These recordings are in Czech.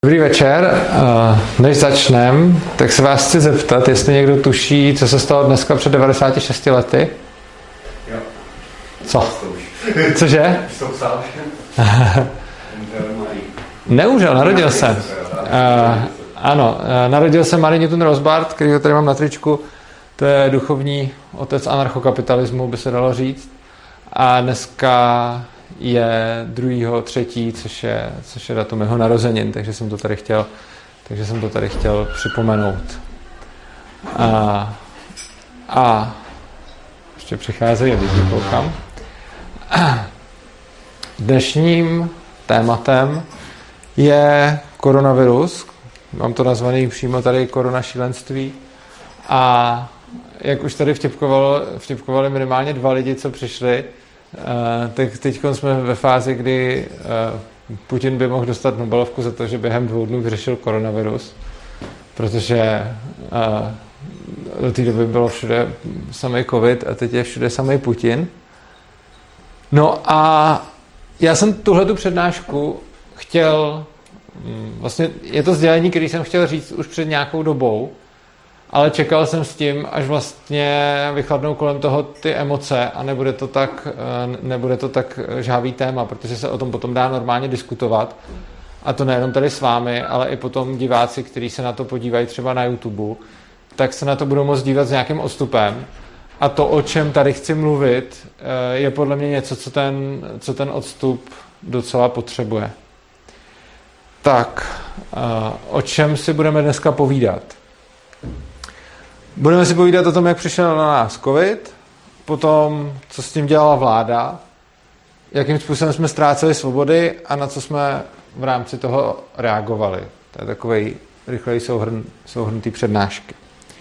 Dobrý večer. Než začneme, tak se vás chci zeptat, jestli někdo tuší, co se stalo dneska před 96 lety? Jo. Co? Cože? Neumřel, narodil se. Ano, narodil se Marie Newton Rosbart, který ho tady mám na tričku. To je duchovní otec anarchokapitalismu, by se dalo říct. A dneska je 2.3., což je datum jeho narozenin, takže jsem to tady chtěl připomenout. A ještě přicházejí lidi, koukám. Dnešním tématem je koronavirus. Mám to nazvaný přímo tady koronašílenství. A jak už tady vtipkovali minimálně 2 lidi, co přišli, tak teď jsme ve fázi, kdy Putin by mohl dostat Nobelovku za to, že během 2 dnů vyřešil koronavirus, protože do té doby bylo všude samý covid a teď je všude samý Putin. No a já jsem tuhletu přednášku chtěl, vlastně je to sdělení, který jsem chtěl říct už před nějakou dobou, ale čekal jsem s tím, až vlastně vychladnou kolem toho ty emoce a nebude to tak žhavý téma, protože se o tom potom dá normálně diskutovat. A to nejenom tady s vámi, ale i potom diváci, kteří se na to podívají třeba na YouTube, tak se na to budou moct dívat s nějakým odstupem. A to, o čem tady chci mluvit, je podle mě něco, co ten odstup docela potřebuje. Tak, o čem si budeme dneska povídat? Budeme si povídat o tom, jak přišel na nás covid, potom, co s tím dělala vláda, jakým způsobem jsme ztráceli svobody a na co jsme v rámci toho reagovali. To je takový rychlej souhrn té přednášky.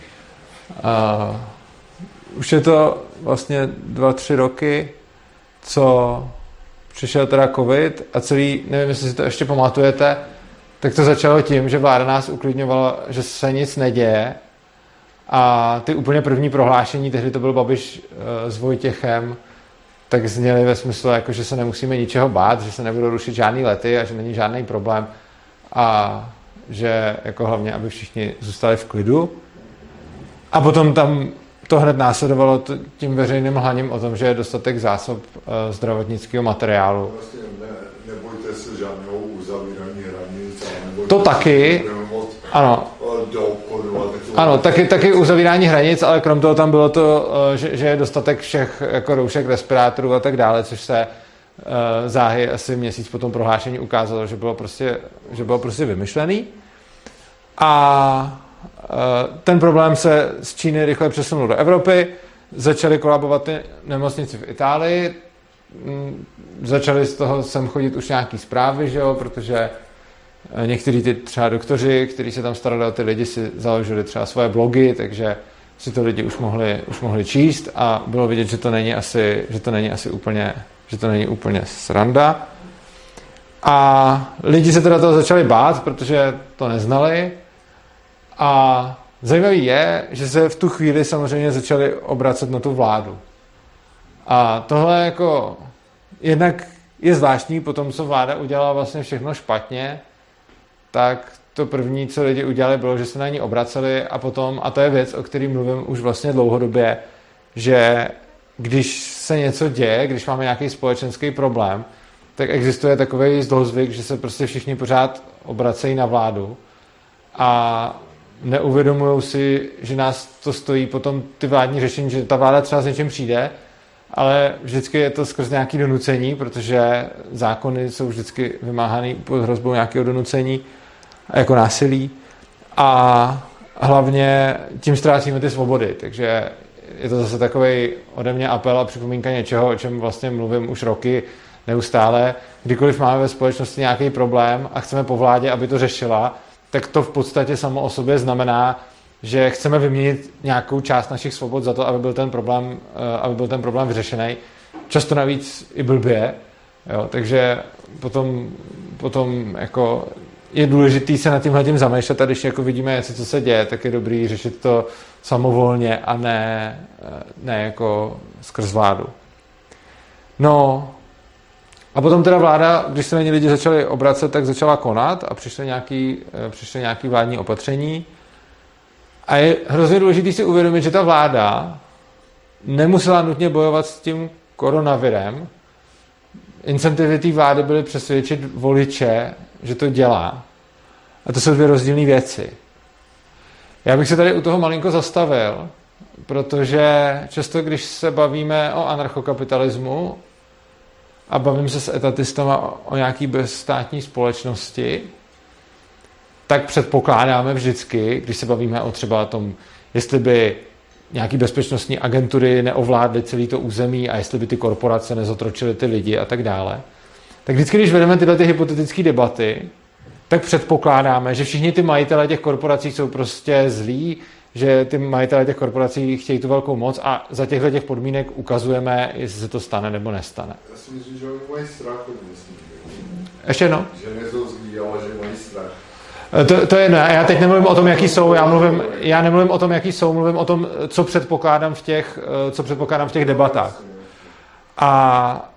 Už je to vlastně 2-3 roky, co přišel teda covid a celý, nevím, jestli si to ještě pamatujete, tak to začalo tím, že vláda nás uklidňovala, že se nic neděje. A ty úplně první prohlášení, tehdy to byl Babiš s Vojtěchem, tak zněly ve smyslu, jako, že se nemusíme ničeho bát, že se nebudou rušit žádný lety a že není žádný problém a že jako hlavně, aby všichni zůstali v klidu. A potom tam to hned následovalo tím veřejným lhaním o tom, že je dostatek zásob zdravotnického materiálu. Vlastně nebojte se žádného uzavírání hranic. To taky, ano. Ano, taky uzavírání hranic, ale krom toho tam bylo to, že je dostatek všech jako roušek, respirátorů a tak dále, což se záhy asi měsíc po tom prohlášení ukázalo, že bylo prostě vymyšlený. A ten problém se z Číny rychle přesunul do Evropy, začaly kolabovat ty nemocnice v Itálii, začaly z toho sem chodit už nějaký zprávy, že jo, protože někteří ty třeba doktoři, kteří se tam starali o ty lidi, si založili třeba svoje blogy, takže si to lidi už mohli číst a bylo vidět, že to není úplně sranda. A lidi se teda toho začali bát, protože to neznali. A zajímavý je, že se v tu chvíli samozřejmě začali obracet na tu vládu. A tohle jako jednak je zvláštní, potom co vláda udělala vlastně všechno špatně, tak to první, co lidi udělali, bylo, že se na ní obraceli a potom, a to je věc, o který mluvím už vlastně dlouhodobě, že když se něco děje, když máme nějaký společenský problém, tak existuje takový zlozvyk, že se prostě všichni pořád obracejí na vládu a neuvědomují si, že nás to stojí potom ty vládní řešení, že ta vláda třeba s něčím přijde, ale vždycky je to skrz nějaké donucení, protože zákony jsou vždycky vymáhány pod hrozbou nějakého donucení jako násilí a hlavně tím ztrácíme ty svobody, takže je to zase takový ode mě apel a připomínka něčeho, o čem vlastně mluvím už roky neustále. Kdykoliv máme ve společnosti nějaký problém a chceme po vládě, aby to řešila, tak to v podstatě samo o sobě znamená, že chceme vyměnit nějakou část našich svobod za to, aby byl ten problém vyřešený. Často navíc i blbě, jo, takže potom jako je důležitý se nad tímhletím zamýšlet a když jako vidíme něco, co se děje, tak je dobrý řešit to samovolně a ne jako skrz vládu. No A potom teda vláda, když se na ně lidi začali obracet, tak začala konat a přišly nějaký vládní opatření. A je hrozně důležité si uvědomit, že ta vláda nemusela nutně bojovat s tím koronavirem. Incentivy té vlády byly přesvědčit voliče, že to dělá. A to jsou dvě rozdílné věci. Já bych se tady u toho malinko zastavil, protože často, když se bavíme o anarchokapitalismu a bavím se s etatistama o nějaký bezstátní společnosti, tak předpokládáme vždycky, když se bavíme o třeba tom, jestli by nějaký bezpečnostní agentury neovládly celé to území a jestli by ty korporace nezotročily ty lidi a tak dále, tak vždycky, když vedeme tyhle ty hypotetické debaty, tak předpokládáme, že všichni ty majitelé těch korporací jsou prostě zlí, že ty majitelé těch korporací chtějí tu velkou moc a za těchto těch podmínek ukazujeme, jestli se to stane nebo nestane. Já si myslím, že oni mají strach od myslím. Ještě jedno? Že nejsou zlí, ale že mají strach. To je ne, já teď nemluvím o tom, jaký jsou, já nemluvím o tom, jaký jsou, mluvím o tom, co předpokládám v těch debatách. A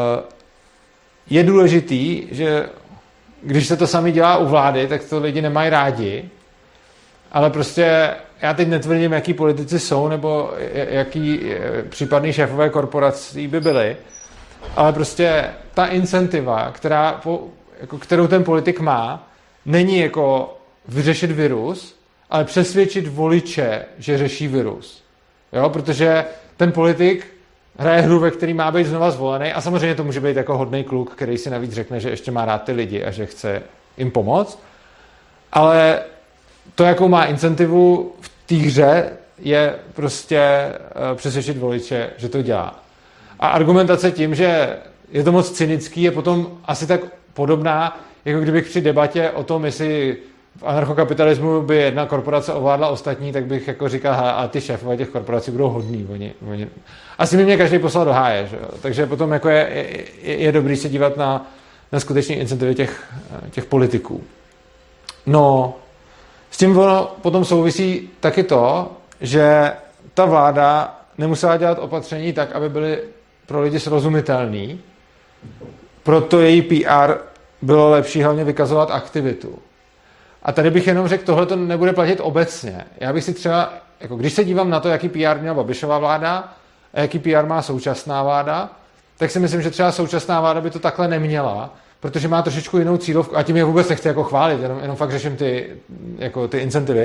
je důležitý, že když se to sami dělá u vlády, tak to lidi nemají rádi, ale prostě já teď netvrdím, jaký politici jsou, nebo jaký případný šéfové korporací by byli, ale prostě ta incentiva, kterou ten politik má, není jako vyřešit virus, ale přesvědčit voliče, že řeší virus. Jo? Protože ten politik hraje hru, ve který má být znova zvolený a samozřejmě to může být jako hodnej kluk, který si navíc řekne, že ještě má rád ty lidi a že chce jim pomoct. Ale to, jakou má incentivu v té hře, je prostě přesvědčit voliče, že to dělá. A argumentace tím, že je to moc cynický, je potom asi tak podobná, jako kdybych při debatě o tom, jestli v anarchokapitalismu by jedna korporace ovládla ostatní, tak bych jako říkal, a ty šéfové těch korporací budou hodní. Oni. Asi by mě každý poslal do háje. Že jo? Takže potom jako je dobrý se dívat na skutečné incentivy těch politiků. No, s tím ono potom souvisí taky to, že ta vláda nemusela dělat opatření tak, aby byly pro lidi srozumitelný. Proto její PR bylo lepší hlavně vykazovat aktivitu. A tady bych jenom řekl, tohle to nebude platit obecně. Já bych si třeba, jako když se dívám na to, jaký PR měla Babišova vláda a jaký PR má současná vláda, tak si myslím, že třeba současná vláda by to takhle neměla, protože má trošičku jinou cílovku, a tím je vůbec nechci jako chválit, jenom fakt řeším ty incentivy.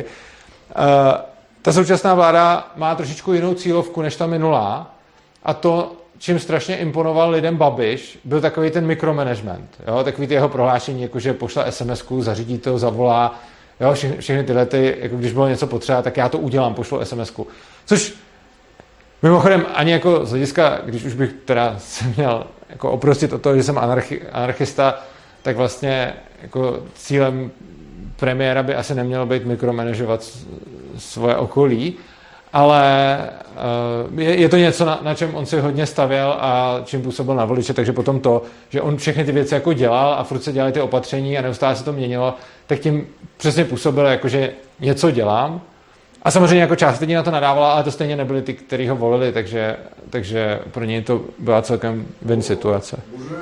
Ta současná vláda má trošičku jinou cílovku než ta minulá a to, čím strašně imponoval lidem Babiš, byl takový ten mikromanagement. Jo? Takový ty jeho prohlášení, jako že pošle SMS-ku, zařídí to, zavolá, jo? Všechny tyhle, jako když bylo něco potřeba, tak já to udělám, pošlu SMS-ku. Což mimochodem ani jako z hlediska, když už bych teda se měl jako oprostit od toho, že jsem anarchista, tak vlastně jako cílem premiéra by asi nemělo být mikromanagovat svoje okolí, ale je to něco, na čem on si hodně stavěl a čím působil na voliče, takže potom to, že on všechny ty věci jako dělal a furt se dělali ty opatření a neustále se to měnilo, tak tím přesně působil, jako že něco dělám. A samozřejmě jako část lidí na to nadávala, ale to stejně nebyli ty, kteří ho volili, takže pro něj to byla celkem win situace.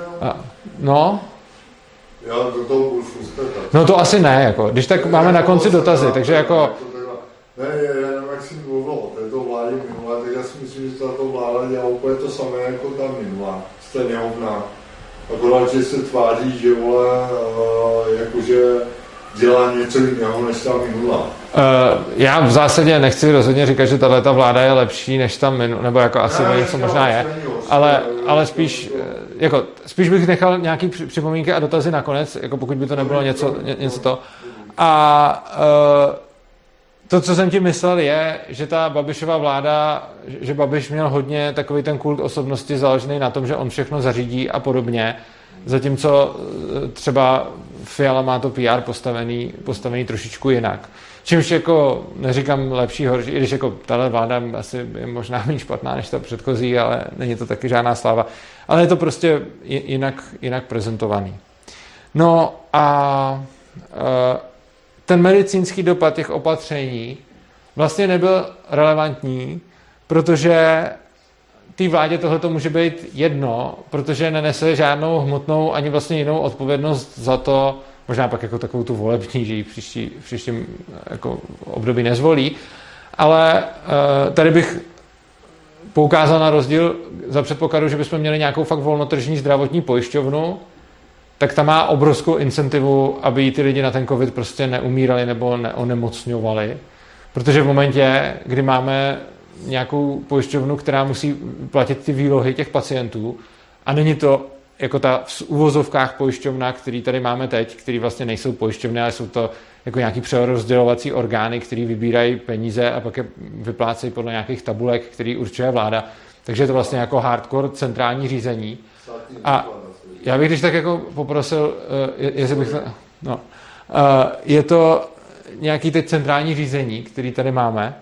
No? Já do toho budu šustat. No to asi ne, jako. Když tak máme na konci dotazy, takže jako... Ne, já nevím, jak jsi mluvil o této vládě minulé, tak já si myslím, že tato vláda dělá úplně to samé jako ta minulá, stejně hovná. Akorát, že se tváří, že vole, jakože dělá něco jiného než ta minulá. Já v zásadě nechci rozhodně říkat, že tato vláda je lepší než ta minulá, nebo jako asi něco možná je, ale spíš bych nechal nějaký připomínky a dotazy nakonec, jako pokud by to nebylo něco to. A to, co jsem tím myslel, je, že ta Babišova vláda, že Babiš měl hodně takový ten kult osobnosti založený na tom, že on všechno zařídí a zatímco třeba Fiala má to PR postavený trošičku jinak. Čímž jako neříkám lepší, horší, i když jako tahle vláda asi je možná méně špatná než ta předchozí, ale není to taky žádná sláva. Ale je to prostě jinak prezentovaný. No a ten medicínský dopad těch opatření vlastně nebyl relevantní, protože té vládě tohleto může být jedno, protože nenese žádnou hmotnou ani vlastně jinou odpovědnost za to, možná pak jako takovou tu volební, že ji příštím jako období nezvolí, ale tady bych poukázal na rozdíl za předpokladu, že bychom měli nějakou fakt volnotržní zdravotní pojišťovnu, tak ta má obrovskou incentivu, aby ty lidi na ten covid prostě neumírali nebo neonemocňovali. Protože v momentě, kdy máme nějakou pojišťovnu, která musí platit ty výlohy těch pacientů, a není to jako ta v uvozovkách pojišťovna, který tady máme teď, který vlastně nejsou pojišťovny, ale jsou to jako nějaký přerozdělovací orgány, který vybírají peníze a pak je vyplácejí podle nějakých tabulek, který určuje vláda. Takže je to vlastně jako hardcore centrální řízení. A já bych když tak jako poprosil, jestli bych... je to nějaký teď centrální řízení, který tady máme.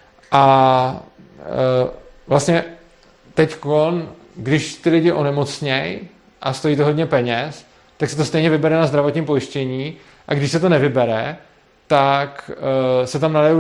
A vlastně teď, když ty lidi onemocnějí a stojí to hodně peněz, tak se to stejně vybere na zdravotním pojištění, a když se to nevybere, tak se tam nalejou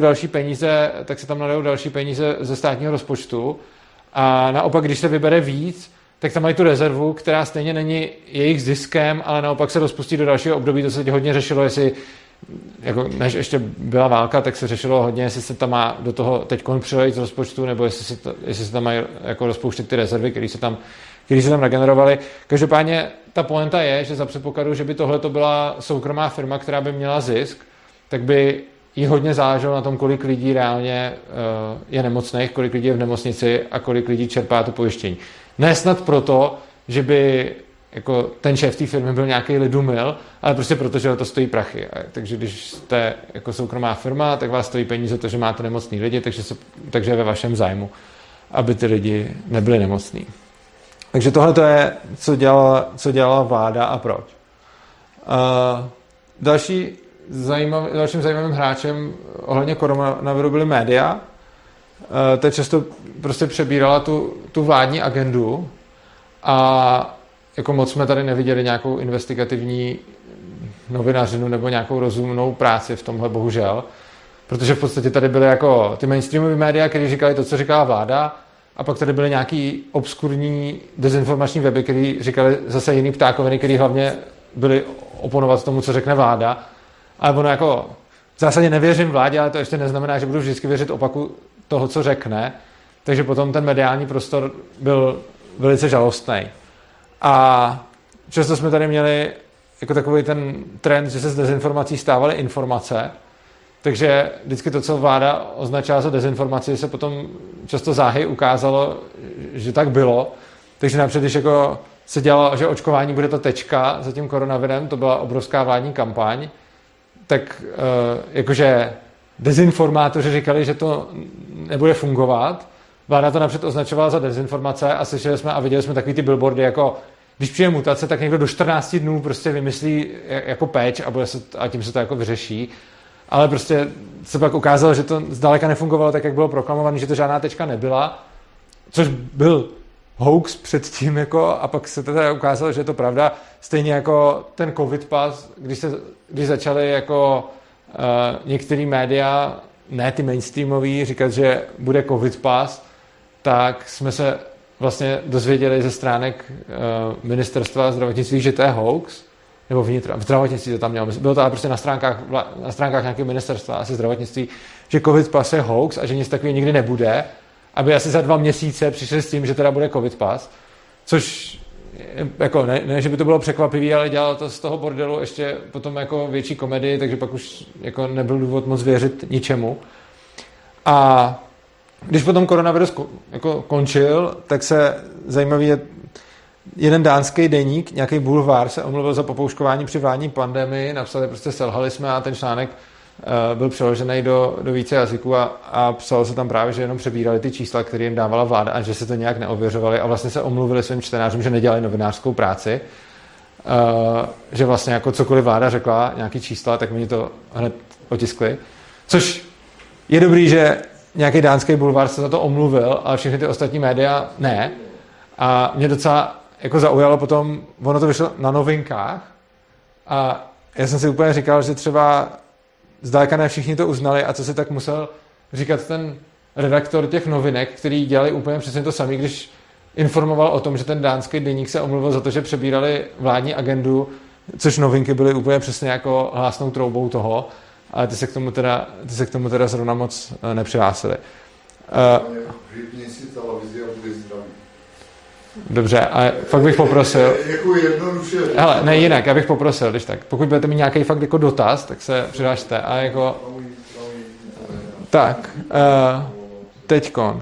další peníze ze státního rozpočtu, a naopak, když se vybere víc, tak tam mají tu rezervu, která stejně není jejich ziskem, ale naopak se rozpustí do dalšího období. To se hodně řešilo, jestli jako než ještě byla válka, tak se řešilo hodně, jestli se tam má do toho teď přilejt z rozpočtu, nebo jestli se tam mají jako rozpouštět ty rezervy, které se tam nagenerovaly. Každopádně ta pointa je, že za předpokladu, že by tohle to byla soukromá firma, která by měla zisk, tak by jí hodně záleželo na tom, kolik lidí reálně je nemocných, kolik lidí je v nemocnici a kolik lidí čerpá to pojištění. Ne snad proto, že by jako ten šéf té firmy byl nějaký lidumil, ale prostě proto, že to stojí prachy. Takže když jste jako soukromá firma, tak vás stojí peníze to, že máte nemocný lidi, takže je ve vašem zájmu, aby ty lidi nebyli nemocní. Takže tohle to je, co dělala vláda a proč. Dalším zajímavým hráčem ohledně koronaviru byly média. Ta často prostě přebírala tu vládní agendu a jako moc jsme tady neviděli nějakou investigativní novinařinu nebo nějakou rozumnou práci v tomhle, bohužel. Protože v podstatě tady byly jako ty mainstreamové média, které říkali to, co říkala vláda, a pak tady byly nějaký obskurní dezinformační weby, které říkali zase jiný ptákoviny, které hlavně byly oponovat tomu, co řekne vláda. Ale ono jako v zásadě nevěřím vládě, ale to ještě neznamená, že budu vždycky věřit opaku toho, co řekne. Takže potom ten mediální prostor byl velice žalostný. A často jsme tady měli jako takový ten trend, že se z dezinformací stávaly informace, takže vždycky to, co vláda označila za dezinformaci, se potom často záhy ukázalo, že tak bylo. Takže například, když jako se dělalo, že očkování bude ta tečka za tím koronavirem, to byla obrovská vládní kampaň, tak jakože dezinformátoři říkali, že to nebude fungovat. Vláda to napřed označovala za dezinformace a slyšeli jsme a viděli jsme takový ty billboardy, jako když přijde mutace, tak někdo do 14 dnů prostě vymyslí jako patch a tím se to jako vyřeší. Ale prostě se pak ukázalo, že to zdaleka nefungovalo tak, jak bylo proklamované, že to žádná tečka nebyla, což byl hoax předtím, jako, a pak se teda ukázalo, že je to pravda. Stejně jako ten covid pass, když začaly jako některé média, ne ty mainstreamové, říkat, že bude covid pass, tak jsme se vlastně dozvěděli ze stránek ministerstva zdravotnictví, že to je hoax, nebo vnitra, v zdravotnictví to tam mělo. Bylo to ale prostě na stránkách nějakého ministerstva, asi zdravotnictví, že covid pass je hoax a že nic takového nikdy nebude, aby asi za 2 měsíce přišli s tím, že teda bude covid pass, což jako ne, že by to bylo překvapivé, ale dělalo to z toho bordelu ještě potom jako větší komedii, takže pak už jako nebyl důvod moc věřit ničemu. A když potom koronavirus jako končil, tak se zajímavý je, jeden dánský deník, nějaký bulvár, se omluvil za popouškování při vládní pandemii, napsali prostě selhali jsme a ten článek byl přeložený do více jazyků a psalo se tam právě, že jenom přebírali ty čísla, které jim dávala vláda a že se to nějak neověřovali a vlastně se omluvili svým čtenářům, že nedělali novinářskou práci, že vlastně jako cokoliv vláda řekla, nějaký čísla, tak oni to hned otiskli. Což je dobrý, že nějaký dánský bulvár se za to omluvil, ale všechny ty ostatní média ne. A mě docela jako zaujalo potom, ono to vyšlo na Novinkách a já jsem si úplně říkal, že třeba zdaleka ne všichni to uznali a co si tak musel říkat ten redaktor těch novinek, který dělali úplně přesně to samé, když informoval o tom, že ten dánský deník se omluvil za to, že přebírali vládní agendu, což Novinky byly úplně přesně jako hlásnou troubou toho, ale ty se k tomu teda zrovna moc nepřihlásili. Vypni si televizi a bude zdravý. Dobře, a fakt bych poprosil... Jako jednoduše... Hele, ne jinak, já bych poprosil, když tak. Pokud budete mít nějaký fakt jako dotaz, tak se přihlašte a jako... Tak, teďkon.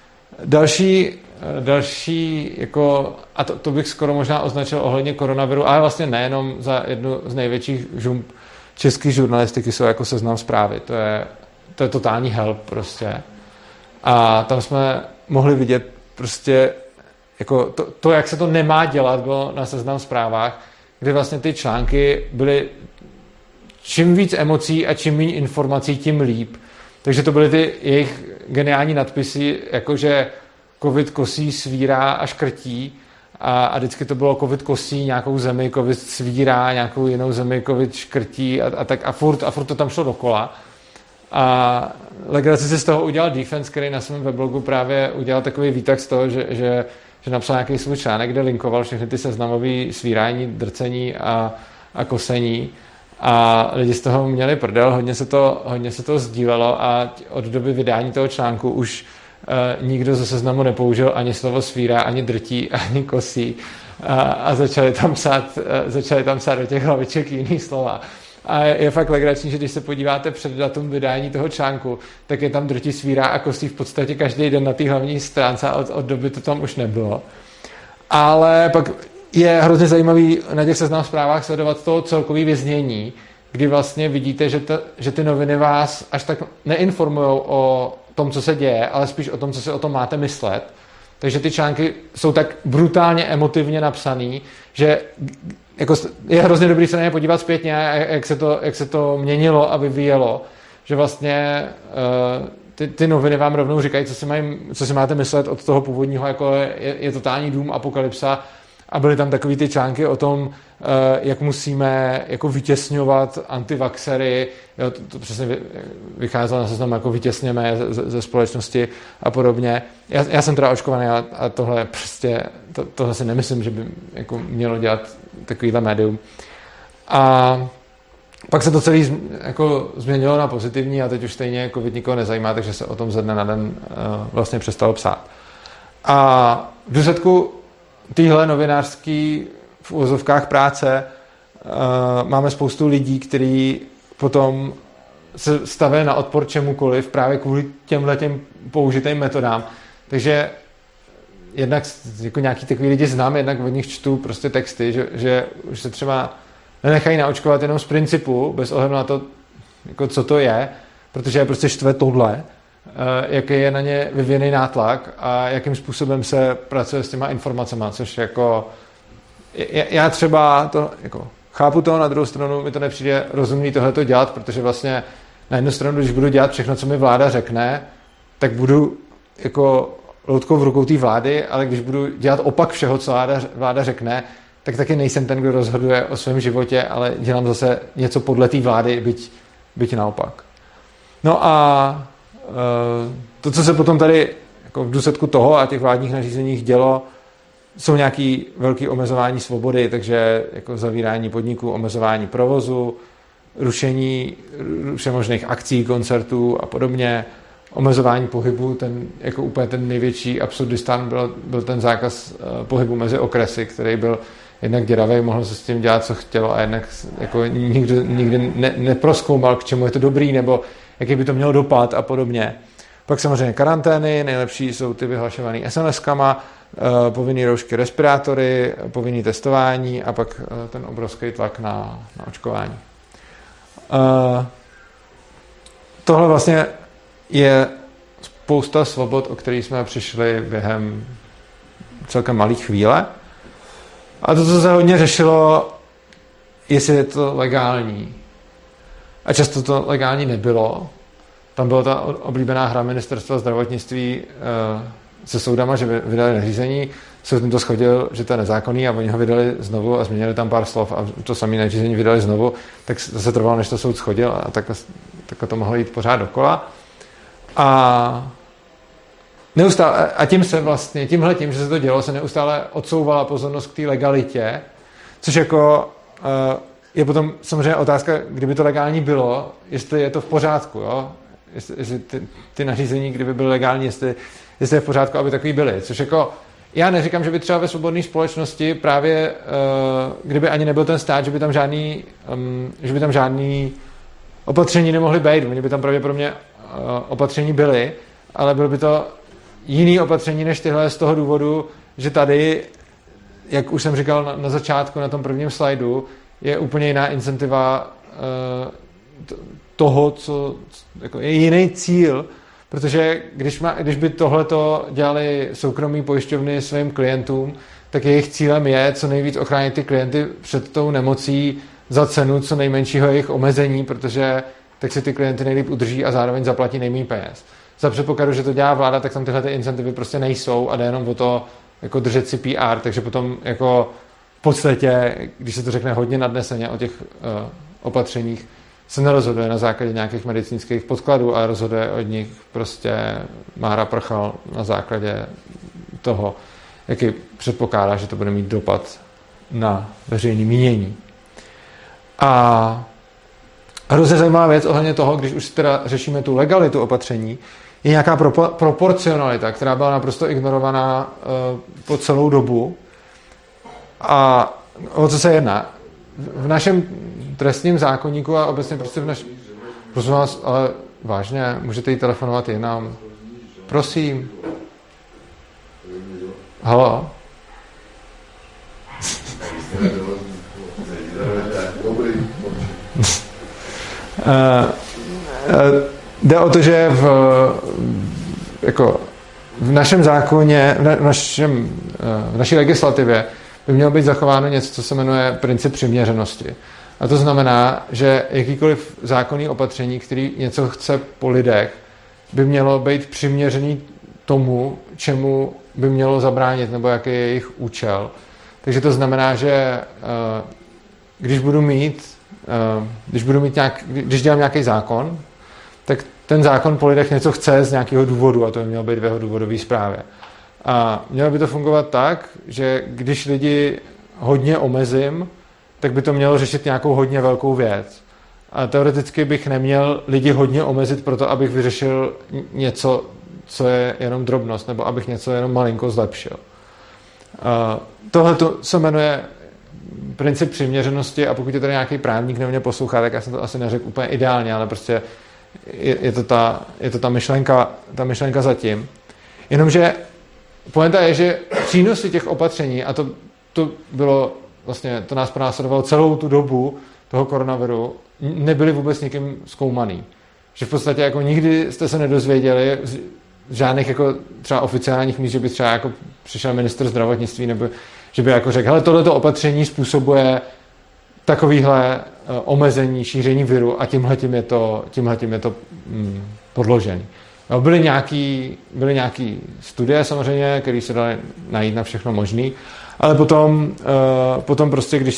Další jako, a to bych skoro možná označil ohledně koronaviru, ale vlastně nejenom za jednu z největších žump české žurnalistiky jsou jako Seznam Zprávy. To je totální help prostě. A tam jsme mohli vidět prostě jako to, jak se to nemá dělat, bylo na Seznam Zprávách, kde vlastně ty články byly čím víc emocí a čím méně informací, tím líp. Takže to byly ty jejich geniální nadpisy, jakože covid kosí, svírá a škrtí a vždycky to bylo covid kosí nějakou zemi, covid svírá nějakou jinou zemi, covid škrtí a furt to tam šlo dokola. A legraci si z toho udělal Defense, který na svém weblogu právě udělal takový výtah z toho, že napsal nějaký svůj článek, kde linkoval všechny ty seznamový svírání, drcení a kosení. A lidi z toho měli prdel, hodně se to sdílelo a od doby vydání toho článku už nikdo ze Seznamu nepoužil ani slovo svírá, ani drtí, ani kosí a začali tam psát do těch hlaviček jiný slova. A je fakt legrační, že když se podíváte před datum vydání toho článku, tak je tam drtí, svírá a kosí v podstatě každý den na té hlavní stránce a od doby to tam už nebylo. Ale pak je hrozně zajímavý na těch Seznam Zprávách sledovat to celkový vyznění, kdy vlastně vidíte, že ty noviny vás až tak neinformujou o tom, co se děje, ale spíš o tom, co si o tom máte myslet. Takže ty články jsou tak brutálně emotivně napsaný, že jako je hrozně dobrý se na ně podívat zpětně, jak se to měnilo a vyvíjelo, že vlastně ty noviny vám rovnou říkají, co si máte myslet od toho původního, jako je totální dům, apokalypsa. A byly tam takový ty články o tom, jak musíme jako vytěsňovat antivaxery. Jo, to přesně vycházelo na Seznam, jako vytěsněme ze společnosti a podobně. Já jsem teda očkovaný a tohle prostě, tohle si nemyslím, že by jako mělo dělat takovýhle médium. A pak se to celé jako změnilo na pozitivní a teď už stejně covid nikoho nezajímá, takže se o tom ze dne na den vlastně přestalo psát. A v důsledku téhle novinářský v uvozovkách práce máme spoustu lidí, kteří potom se staví na odpor čemukoliv právě kvůli těmhletěm použitým metodám. Takže jednak jako nějaký takový lidi znám, jednak od nich čtu prostě texty, že už se třeba nenechají naočkovat jenom z principu, bez ohledu na to, jako co to je, protože je prostě štve tohle, jaký je na ně vyvíjený nátlak a jakým způsobem se pracuje s těma informacema, což jako já třeba to jako chápu to, na druhou stranu mi to nepřijde rozumný tohleto dělat, protože vlastně na jednu stranu, když budu dělat všechno, co mi vláda řekne, tak budu jako loutkou v rukou té vlády, ale když budu dělat opak všeho, co vláda řekne, tak taky nejsem ten, kdo rozhoduje o svém životě, ale dělám zase něco podle té vlády, byť naopak. No a to, co se potom tady jako v důsledku toho a těch vládních nařízeních dělo, jsou nějaké velké omezování svobody, takže jako zavírání podniků, omezování provozu, rušení možných akcí, koncertů a podobně, omezování pohybu, jako úplně ten největší absurdistán byl ten zákaz pohybu mezi okresy, který byl jednak děravý, mohl se s tím dělat, co chtělo a jednak jako nikdy neprozkoumal, k čemu je to dobrý, nebo jaký by to mělo dopad a podobně. Pak samozřejmě karantény, nejlepší jsou ty vyhlašované SMS-kama, povinný roušky, respirátory, povinný testování a pak ten obrovský tlak na očkování. Tohle vlastně je spousta svobod, o kterých jsme přišli během celkem malé chvíle. A to, co se hodně řešilo, jestli je to legální. A často to legální nebylo. Tam byla ta oblíbená hra ministerstva zdravotnictví se soudama, že vydali nařízení, soud jim to shodil, že to je nezákonný a oni ho vydali znovu a změnili tam pár slov a to samé nařízení vydali znovu, tak zase trvalo, než to soud shodil a tak to mohlo jít pořád dokola. A neustále, a tím se vlastně, tímhletím, že se to dělo, se neustále odsouvala pozornost k té legalitě, což jako je potom samozřejmě otázka, kdyby to legální bylo, jestli je to v pořádku, jo? Jestli ty nařízení, kdyby byly legální, jestli je v pořádku, aby takový byly. Což jako, já neříkám, že by třeba ve svobodné společnosti právě, kdyby ani nebyl ten stát, že by tam žádný opatření nemohly být. Oni by tam pravděpodobně opatření byly, ale bylo by to jiný opatření než tyhle z toho důvodu, že tady, jak už jsem říkal na začátku, na tom prvním slajdu, je úplně jiná incentiva toho, co jako je jiný cíl, protože když by tohleto dělali soukromí pojišťovny svým klientům, tak jejich cílem je co nejvíc ochránit ty klienty před tou nemocí za cenu co nejmenšího jejich omezení, protože tak si ty klienty nejlíp udrží a zároveň zaplatí nejméně peněz. Za předpokladu, že to dělá vláda, tak tam tyhle incentivy prostě nejsou a jde jenom o to jako držet si PR, takže potom jako v podstatě, když se to řekne hodně nadneseně o těch opatřeních, se nerozhoduje na základě nějakých medicínských podkladů, ale rozhoduje od nich prostě Mára Prchal na základě toho, jaký předpokládá, že to bude mít dopad na veřejné mínění. A hrozně zajímavá věc ohledně toho, když už teda řešíme tu legalitu opatření, je nějaká proporcionalita, která byla naprosto ignorovaná po celou dobu. A o co se jedná? V našem trestním zákoníku a obecně prostě prosím vás, ale vážně, můžete jí telefonovat jinam. Prosím. Haló? Jde o to, že v našem zákoně, v naší legislativě by mělo být zachováno něco, co se jmenuje princip přiměřenosti. A to znamená, že jakýkoliv zákonný opatření, který něco chce po lidech, by mělo být přiměřený tomu, čemu by mělo zabránit, nebo jaký je jejich účel. Takže to znamená, že když dělám nějaký zákon, tak ten zákon po lidech něco chce z nějakého důvodu a to by mělo být v jeho důvodové zprávě. A mělo by to fungovat tak, že když lidi hodně omezím, tak by to mělo řešit nějakou hodně velkou věc. A teoreticky bych neměl lidi hodně omezit proto, abych vyřešil něco, co je jenom drobnost, nebo abych něco jenom malinko zlepšil. Tohle se jmenuje princip přiměřenosti a pokud je tady nějaký právník, nebo mě poslouchá, tak já jsem to asi neřekl úplně ideálně, ale prostě je to ta myšlenka zatím. Jenomže pointa je, že přínosy těch opatření, a to bylo vlastně, to nás pronásledovalo celou tu dobu toho koronaviru, nebyly vůbec nikým zkoumaný. Že v podstatě jako nikdy jste se nedozvěděli z žádných jako třeba oficiálních míst, že by třeba jako přišel ministr zdravotnictví nebo že by jako řekl, hele, tohleto opatření způsobuje takovýhle omezení, šíření viru a tímhletím je to podložený. No, byly nějaký studie samozřejmě, které se daly najít na všechno možný, ale potom prostě, když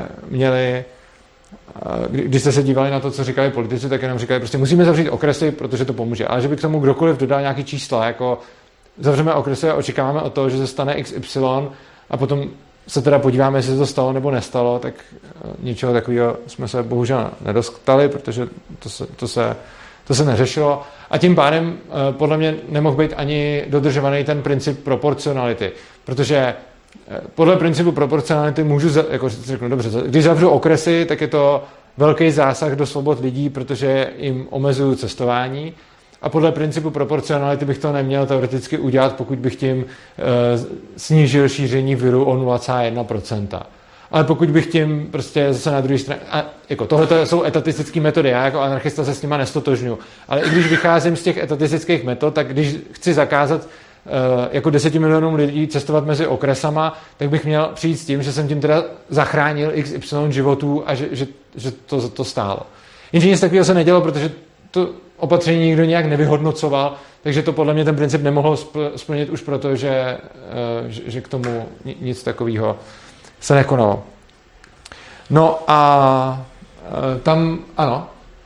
jste se dívali na to, co říkali politici, tak jenom říkali, prostě musíme zavřít okresy, protože to pomůže. Ale že by k tomu kdokoliv dodal nějaký čísla, jako zavřeme okresy a očekáváme od toho, že se stane XY a potom se teda podíváme, jestli se to stalo nebo nestalo, tak ničeho takového jsme se bohužel nedostali, protože to se neřešilo. A tím pádem podle mě nemohl být ani dodržovaný ten princip proporcionality, protože podle principu proporcionality můžu, jako řeknu, dobře, když zavřu okresy, tak je to velký zásah do svobod lidí, protože jim omezuju cestování. A podle principu proporcionality bych to neměl teoreticky udělat, pokud bych tím snížil šíření viru o 0,1%. Ale pokud bych tím prostě zase na druhé straně... A jako tohle jsou etatistické metody, já jako anarchista se s nima nestotožňuji. Ale i když vycházím z těch etatistických metod, tak když chci zakázat jako 10 milionům lidí cestovat mezi okresama, tak bych měl přijít s tím, že jsem tím teda zachránil XY životů a že to stálo. Jenže nic takového se nedělo, protože to opatření nikdo nějak nevyhodnocoval, takže to podle mě ten princip nemohlo splnit už proto, že k tomu nic takového se nekonalo. No a tam, ano.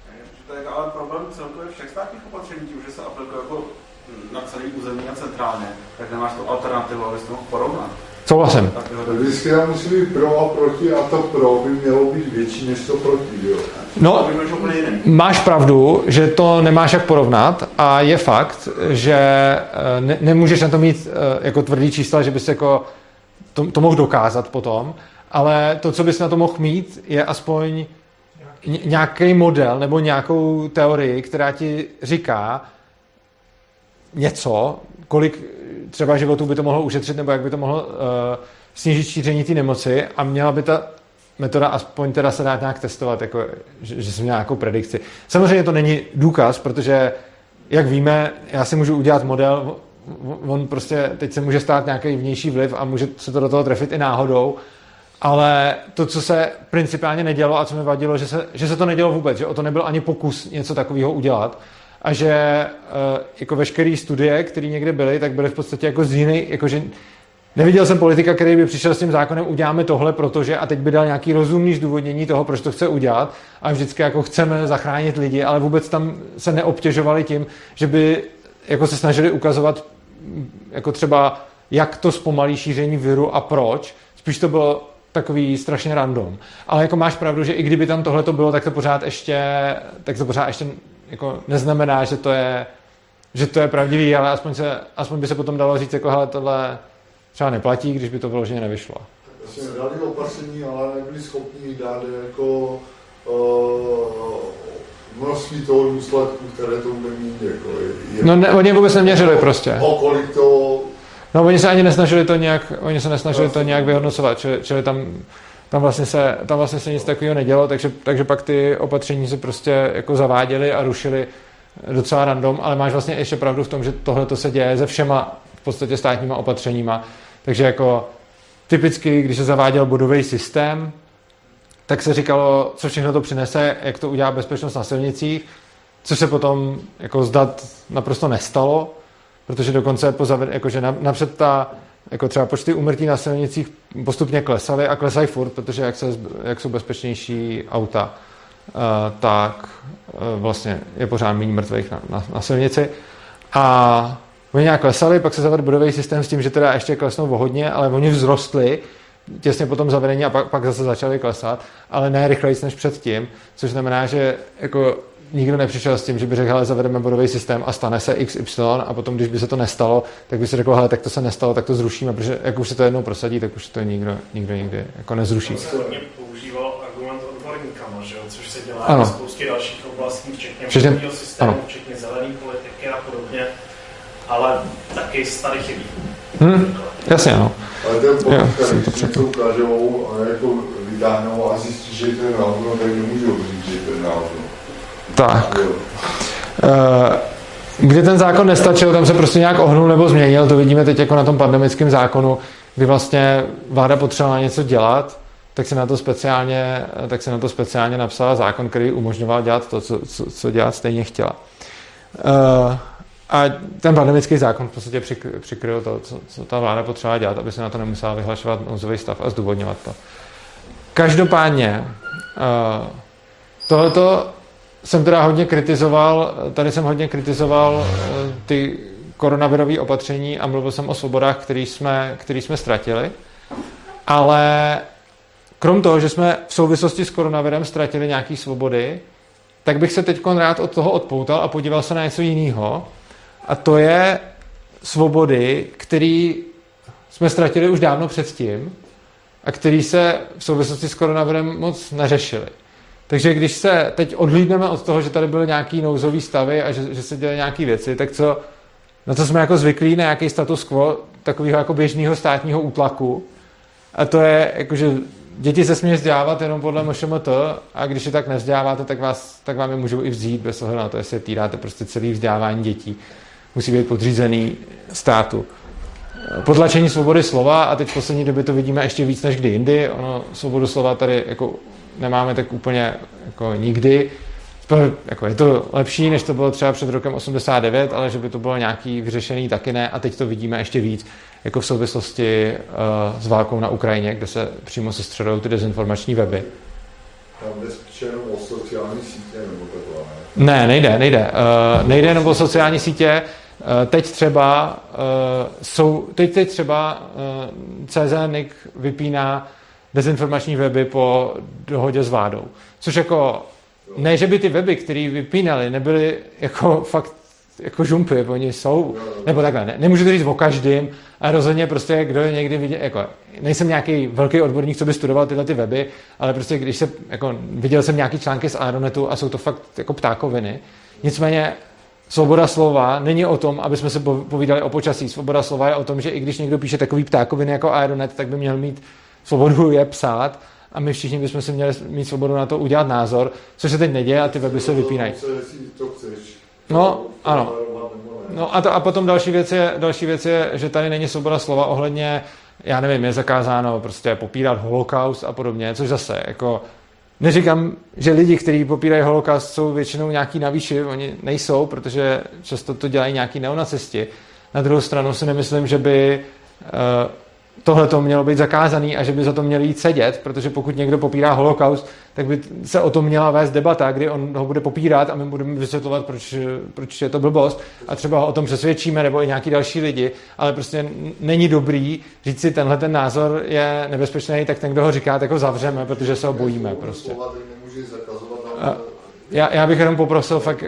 To je ale problém celkově všech státních opatření, tím, že se aplikuje jako na celý území a centrálně, tak nemáš tu alternativu, abys to mohl porovnat. Souhlasím. Vždycky tam musí být pro a proti a to pro by mělo být větší než to proti, jo. No, máš pravdu, že to nemáš jak porovnat a je fakt, že nemůžeš na to mít jako tvrdý čísla, že bys jako to mohl dokázat potom, ale to, co bys na to mohl mít, je aspoň nějaký model nebo nějakou teorii, která ti říká něco, kolik třeba životů by to mohlo ušetřit nebo jak by to mohlo snížit šíření té nemoci a měla by ta metoda aspoň teda se dá nějak testovat, jako, že jsem měl nějakou predikci. Samozřejmě to není důkaz, protože jak víme, já si můžu udělat model, on prostě teď se může stát nějaký vnější vliv a může se to do toho trefit i náhodou, ale to, co se principiálně nedělo a co mi vadilo, že se to nedělo vůbec, že o to nebyl ani pokus něco takového udělat a že jako veškeré studie, které někde byly, tak byly v podstatě jako z jiný, jakože neviděl jsem politika, který by přišel s tím zákonem, uděláme tohle, protože a teď by dal nějaký rozumný zdůvodnění toho, proč to chce udělat a vždycky jako chceme zachránit lidi, ale vůbec tam se neobtěžovali tím, že by jako se snažili ukazovat jako třeba jak to zpomalí šíření viru a proč. Spíš to bylo takový strašně random. Ale jako máš pravdu, že i kdyby tam tohle to bylo, tak to pořád ještě jako neznamená, že to je pravdivý, ale aspoň by se potom dalo říct, jako hele, tohle třeba neplatí, když by to vyloženě nevyšlo. Vlastně dali opatření, ale nebyli schopni dát jako množství toho důsledku, které to bude mít. Jako no ne, oni vůbec neměřili prostě. Kolik to... No oni se ani nesnažili to nějak vyhodnocovat, čili tam vlastně se nic takového nedělo, takže pak ty opatření se prostě jako zaváděly a rušily docela random, ale máš vlastně ještě pravdu v tom, že tohle to se děje se všema v podstatě státníma opatřeníma. Takže jako typicky, když se zaváděl bodový systém, tak se říkalo, co všechno to přinese, jak to udělá bezpečnost na silnicích, což se potom jako zdat naprosto nestalo, protože dokonce jakože napřed jako třeba počty úmrtí na silnicích postupně klesaly a klesají furt, protože jak jsou bezpečnější auta, tak vlastně je pořád méně mrtvých na silnici. A oni nějak klesali, pak se zavedl bodový systém s tím, že teda ještě klesnou o hodně, ale oni vzrostli těsně po tom zavedení a pak zase začali klesat, ale ne rychleji než předtím, což znamená, že jako nikdo nepřišel s tím, že by řekl, hele, zavedeme bodový systém a stane se XY a potom, když by se to nestalo, tak by se řekl, hele, tak to se nestalo, tak to zrušíme, protože jak už se to jednou prosadí, tak už to nikdo nikdy jako nezruší. To se hodně používal argument odborníkama, že jo? Což se dělá ve spoustě dalších oblastí, včetně bodového systému, včetně zelené politiky a podobně, ale taky tady chybí. Jasně, ano. Ale ten pokud, když to ukážou a jako vydáhnou a zjistí, že je to náhodno, tak nemůžou říct, že je to náhodno. Tak. Kdy ten zákon nestačil, tam se prostě nějak ohnul nebo změnil, to vidíme teď jako na tom pandemickém zákonu, kdy vlastně vláda potřebovala něco dělat, tak se na to speciálně napsala zákon, který umožňoval dělat to, co dělat stejně chtěla. A ten pandemický zákon v podstatě přikryl to, co ta vláda potřebovala dělat, aby se na to nemusela vyhlašovat nouzový stav a zdůvodňovat to. Každopádně tohleto jsem teda hodně kritizoval ty koronavirové opatření a mluvil jsem o svobodách, který jsme ztratili, ale krom toho, že jsme v souvislosti s koronavirem ztratili nějaké svobody, tak bych se teď rád od toho odpoutal a podíval se na něco jiného, a to je svobody, které jsme ztratili už dávno předtím a které se v souvislosti s koronavirem moc neřešily. Takže když se teď odhlídneme od toho, že tady byly nějaký nouzový stavy a že se dělají nějaké věci, tak na co jsme jako zvyklí, na nějaký status quo takového jako běžného státního útlaku, a to je jako, že děti se smějí vzdělávat jenom podle MŠMT a když je tak nevzděláváte, tak vám je můžou i vzít bez ohledu na to, jestli týráte prostě celý vzdělávání dětí. Musí být podřízený státu. Potlačení svobody slova, a teď v poslední době to vidíme ještě víc než kdy jindy. Svobodu slova tady jako nemáme tak úplně jako nikdy. Jako je to lepší, než to bylo třeba před rokem 89, ale že by to bylo nějaký vyřešený, taky ne. A teď to vidíme ještě víc, jako v souvislosti s válkou na Ukrajině, kde se přímo sestřelují ty dezinformační weby. Tam jde spíš jenom o sociální sítě nebo takové. Nejde jenom o sociální sítě. Teď třeba CZ.NIC vypíná dezinformační weby po dohodě s vládou. Což jako, ne, že by ty weby, které vypínali, nebyly jako fakt jako žumpy, oni jsou, nebo takhle, nemůžu to říct o každém, ale rozhodně prostě, kdo je někdy viděl, jako, nejsem nějaký velký odborník, co by studoval tyhle ty weby, ale prostě když se, jako, viděl jsem nějaký články z Aeronetu a jsou to fakt jako ptákoviny. Nicméně svoboda slova není o tom, aby jsme se povídali o počasí. Svoboda slova je o tom, že i když někdo píše takový ptákoviny jako Aeronet, tak by měl mít svobodu je psát a my všichni bychom si měli mít svobodu na to udělat názor, což se teď neděje a ty weby se vypínají. No, ano. No a potom další věc je, že tady není svoboda slova ohledně, já nevím, je zakázáno prostě popírat holokaust a podobně, což zase, jako, neříkám, že lidi, kteří popírají holokaust, jsou většinou nějaký navýši, oni nejsou, protože často to dělají nějaký neonacisti. Na druhou stranu si nemyslím, že by tohle to mělo být zakázaný a že by za to měli jít sedět, protože pokud někdo popírá holokaust, tak by se o tom měla vést debata, kdy on ho bude popírat a my budeme vysvětlovat, proč je to blbost a třeba ho o tom přesvědčíme nebo i nějaký další lidi, ale prostě není dobrý říct si, tenhle ten názor je nebezpečný, tak ten, kdo ho říká, tak ho zavřeme, protože se ho bojíme prostě. Já bych jenom poprosil fakt...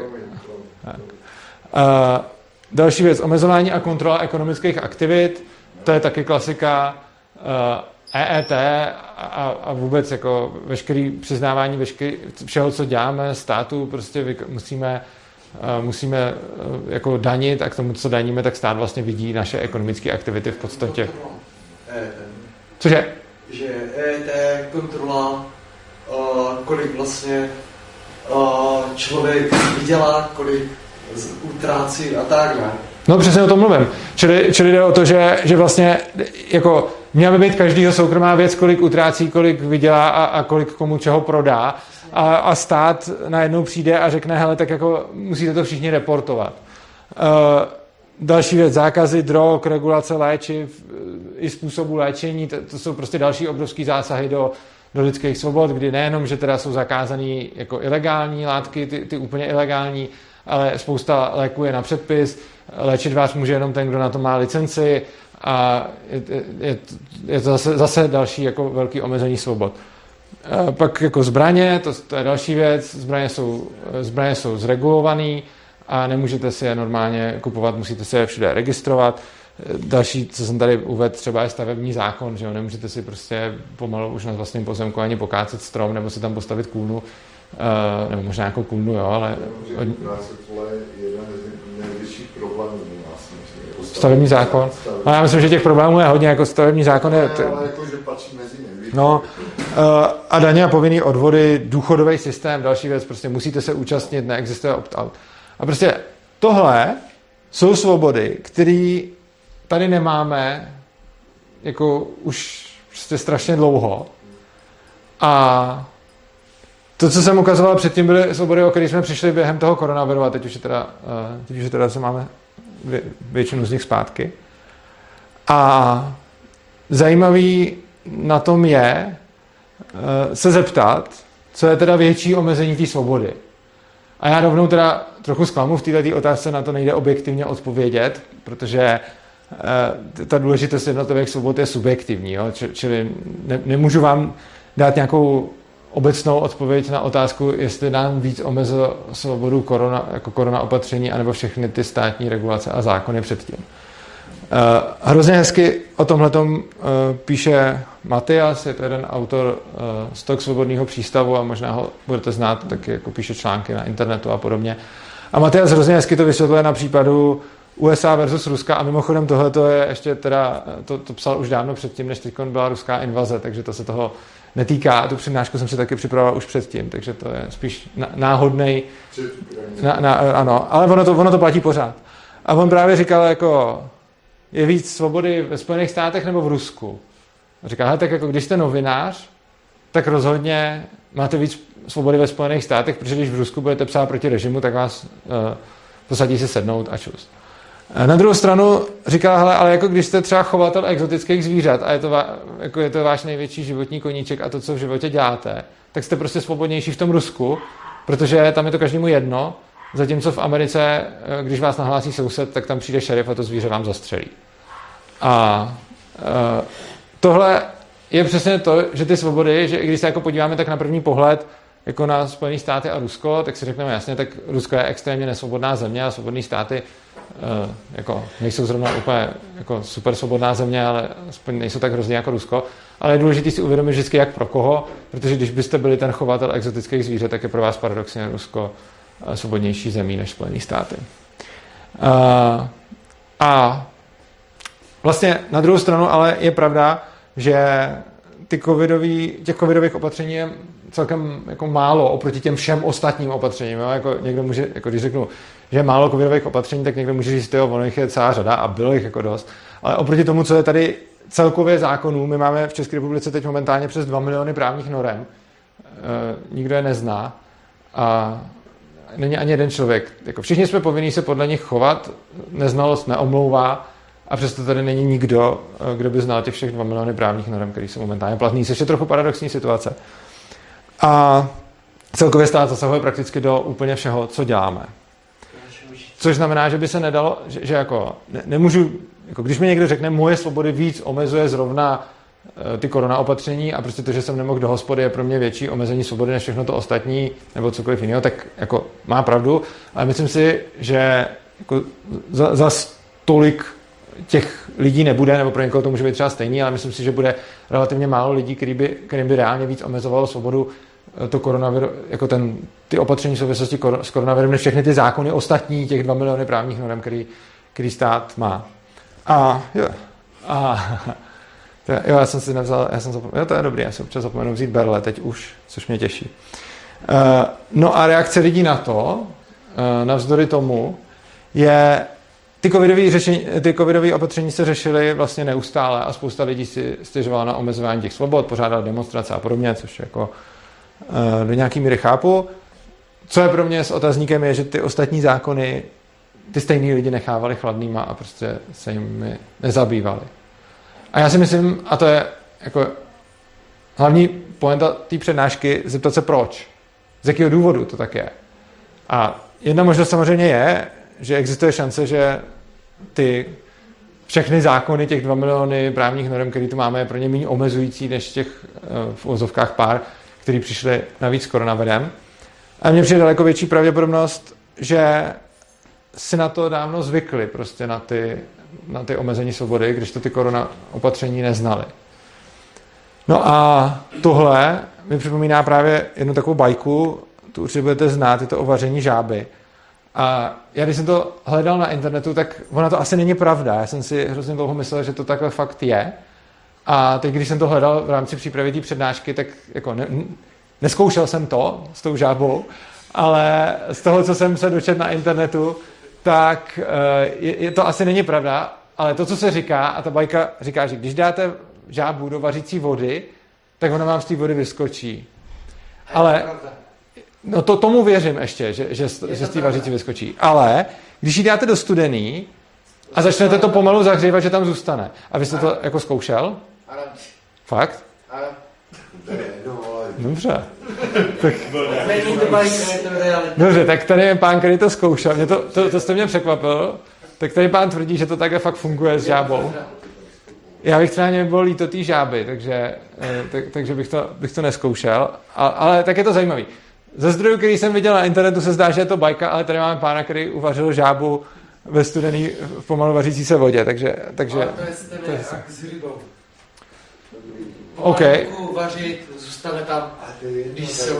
Další věc, omezování a kontrola ekonomických aktivit. To je taky klasika EET a vůbec jako veškerý přiznávání všeho, co děláme státu, prostě musíme jako danit a k tomu, co daníme, tak stát vlastně vidí naše ekonomické aktivity v podstatě. Cože? Že EET kontrola, kolik vlastně člověk vydělá, kolik utrácí a tak dále. No přesně o tom mluvím. Čili jde o to, že vlastně jako měla by být každýho soukromá věc, kolik utrácí, kolik vydělá a kolik komu čeho prodá. A stát najednou přijde a řekne, hele, tak jako musíte to všichni reportovat. Další věc, zákazy drog, regulace léčiv i způsobu léčení, to jsou prostě další obrovský zásahy do lidských svobod, kdy nejenom, že teda jsou zakázaný jako ilegální látky, ty úplně ilegální, ale spousta léků je na předpis, léčit vás může jenom ten, kdo na to má licenci a je to zase další jako velký omezení svobod. Pak jako zbraně, to je další věc, zbraně jsou zregulované a nemůžete si je normálně kupovat, musíte si je všude registrovat. Další, co jsem tady uvedl, třeba je stavební zákon, že jo, nemůžete si prostě pomalu už na vlastním pozemku ani pokácet strom, nebo si tam postavit kůlnu, nebo možná jako kůlnu, jo, ale... Stavební zákon. No, já myslím, že těch problémů je hodně, jako stavební zákon je... Ale jako, že patří mezi ně. No, a daně a povinný odvody, důchodový systém, další věc, prostě musíte se účastnit, neexistuje opt-out. A prostě tohle jsou svobody, které tady nemáme jako už prostě strašně dlouho. A to, co jsem ukazoval předtím, byly svobody, o kterých jsme přišli během toho koronaviru a teď už je teda se máme většinu z nich zpátky. A zajímavý na tom je se zeptat, co je teda větší omezení té svobody. A já rovnou teda trochu zklamu v této otázce, na to nejde objektivně odpovědět, protože ta důležitost jednotlivých svobod je subjektivní. Jo? Čili nemůžu vám dát nějakou obecnou odpověď na otázku, jestli nám víc omezil svobodu korona opatření anebo všechny ty státní regulace a zákony předtím. Hrozně hezky o tomhletom píše Matias, je to jeden autor Stok svobodného přístavu a možná ho budete znát, taky jako píše články na internetu a podobně. A Matias hrozně hezky to vysvětluje na případu USA versus Ruska a mimochodem tohle je ještě teda, to psal už dávno předtím, než teď byla ruská invaze, takže to se toho netýká a tu přednášku jsem si taky připravoval už předtím, takže to je spíš náhodnej, ano, ale ono to platí pořád. A on právě říkal, jako je víc svobody ve Spojených státech nebo v Rusku? A říkal, hele, tak jako když jste novinář, tak rozhodně máte víc svobody ve Spojených státech, protože když v Rusku budete psát proti režimu, tak vás posadí si sednout a čus. Na druhou stranu říkala, hele, ale jako když jste třeba chovatel exotických zvířat a je to váš největší životní koníček a to, co v životě děláte, tak jste prostě svobodnější v tom Rusku, protože tam je to každému jedno, zatímco v Americe, když vás nahlásí soused, tak tam přijde šerif a to zvíře vám zastřelí. A tohle je přesně to, že ty svobody, že i když se jako podíváme tak na první pohled jako na Spojené státy a Rusko, tak si řekneme jasně, tak Rusko je extrémně nesvobodná země a svobodné státy jako nejsou zrovna úplně jako super svobodná země, ale aspoň nejsou tak hrozně jako Rusko. Ale je důležité si uvědomit vždycky, jak pro koho, protože když byste byli ten chovatel exotických zvířat, tak je pro vás paradoxně Rusko svobodnější zemí než Spojené státy. A vlastně na druhou stranu ale je pravda, že těch covidových opatření je celkem jako málo oproti těm všem ostatním opatřením. Jo? Jako někdo může, jako když řeknu, že je málo covidových opatření, tak někdo může říct, jo, ono jich je celá řada a bylo jich jako dost. Ale oproti tomu, co je tady celkově zákonů, my máme v České republice teď momentálně přes 2 miliony právních norem. Nikdo je nezná a není ani jeden člověk. Jako všichni jsme povinní se podle nich chovat, neznalost neomlouvá a přesto tady není nikdo, kdo by znal těch všech 2 miliony právních norem, které jsou momentálně platný, což je trochu paradoxní situace. A celkově stát zasahuje prakticky do úplně všeho, co děláme. Což znamená, že by se nedalo, že jako nemůžu, jako když mi někdo řekne, moje svobody víc omezuje zrovna ty korona opatření a prostě to, že jsem nemohl do hospody, je pro mě větší omezení svobody než všechno to ostatní nebo cokoliv jiného, tak jako má pravdu, ale myslím si, že jako za tolik těch lidí nebude, nebo pro někoho to může být třeba stejný, ale myslím si, že bude relativně málo lidí, kterým by reálně víc omezovalo svobodu to koronavirus, jako ty opatření v souvislosti s koronavirem, než všechny ty zákony ostatní, těch 2 miliony právních norem, který stát má. Já jsem si nevzal, to je dobrý, já si občas zapomenu vzít berle, teď už, což mě těší. No a reakce lidí na to, navzdory tomu, je ty covidové opatření se řešily vlastně neustále a spousta lidí si stěžovala na omezování těch svobod, pořádala demonstrace a podobně, což jako do nějaký míry chápu. Co je pro mě s otazníkem je, že ty ostatní zákony ty stejný lidi nechávali chladnýma a prostě se jim nezabývali. A já si myslím, a to je jako hlavní pointa té přednášky, zeptat se proč. Z jakého důvodu to tak je. A jedna možnost samozřejmě je, že existuje šance, že ty všechny zákony, těch 2 miliony právních norm, které tu máme, je pro ně méně omezující než těch v uvozovkách pár, který přišli navíc s koronavirem. A mně přijde daleko větší pravděpodobnost, že si na to dávno zvykli, prostě na ty omezení svobody, když to ty korona opatření neznali. No a tohle mi připomíná právě jednu takovou bajku, tu určitě budete znát, je to o vaření žáby. A já když jsem to hledal na internetu, tak ona to asi není pravda. Já jsem si hrozně dlouho myslel, že to takhle fakt je. A teď, když jsem to hledal v rámci přípravy té přednášky, tak jako neskoušel jsem to s tou žábou, ale z toho, co jsem se dočetl na internetu, tak to asi není pravda, ale to, co se říká, a ta bajka říká, že když dáte žábu do vařící vody, tak ona vám z té vody vyskočí. Ale no tomu věřím ještě, že z té vařící vyskočí. Ale když ji dáte do studený a začnete to pomalu zahřívat, že tam zůstane. A vy jste to jako zkoušel? Fakt? Dobře. Dobře, tak tady je pán, který to zkoušel. To jste mě překvapil. Tak tady pán tvrdí, že to takhle fakt funguje s žábou. Já bych třeba mě bylo líto té žáby, takže bych to neskoušel. Ale tak je to zajímavý. Ze zdrojů, který jsem viděl na internetu, se zdá, že je to bajka, ale tady máme pána, který uvařil žábu ve studený, v pomalu vařící se vodě, takže ale to je jak s rybou. OK. Vařit, zůstane tam, když se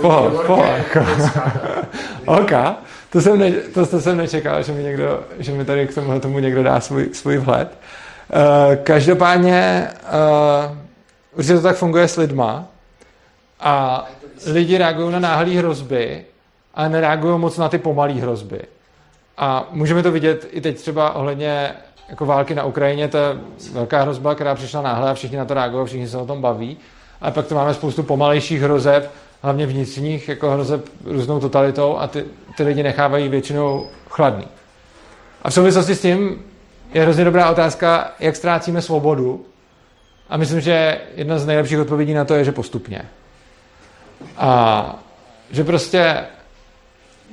OK. To jsem nečekal, že mi tady k tomu někdo dá svůj vhled. Každopádně určitě to tak funguje s lidma a lidi reagují na náhlé hrozby a nereagují moc na ty pomalé hrozby. A můžeme to vidět i teď třeba ohledně jako války na Ukrajině, to je velká hrozba, která přišla náhle a všichni na to reagují, všichni se o tom baví. Ale pak to máme spoustu pomalejších hrozeb, hlavně vnitřních, jako hrozeb různou totalitou a ty lidi nechávají většinou chladný. A v souvislosti s tím je hrozně dobrá otázka, jak ztrácíme svobodu. A myslím, že jedna z nejlepších odpovědí na to je, že postupně. A že prostě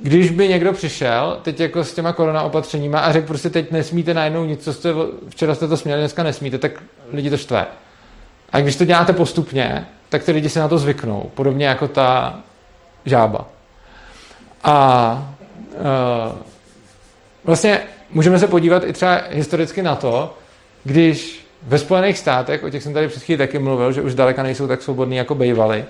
když by někdo přišel teď jako s těma korona opatřeníma a řekl prostě teď nesmíte najednou nic, včera jste to směli, dneska nesmíte, tak lidi to štve. A když to děláte postupně, tak ty lidi se na to zvyknou, podobně jako ta žába. A vlastně můžeme se podívat i třeba historicky na to, když ve Spojených státech, o těch jsem tady před chvílí taky mluvil, že už zdaleka nejsou tak svobodní, jako bejvali,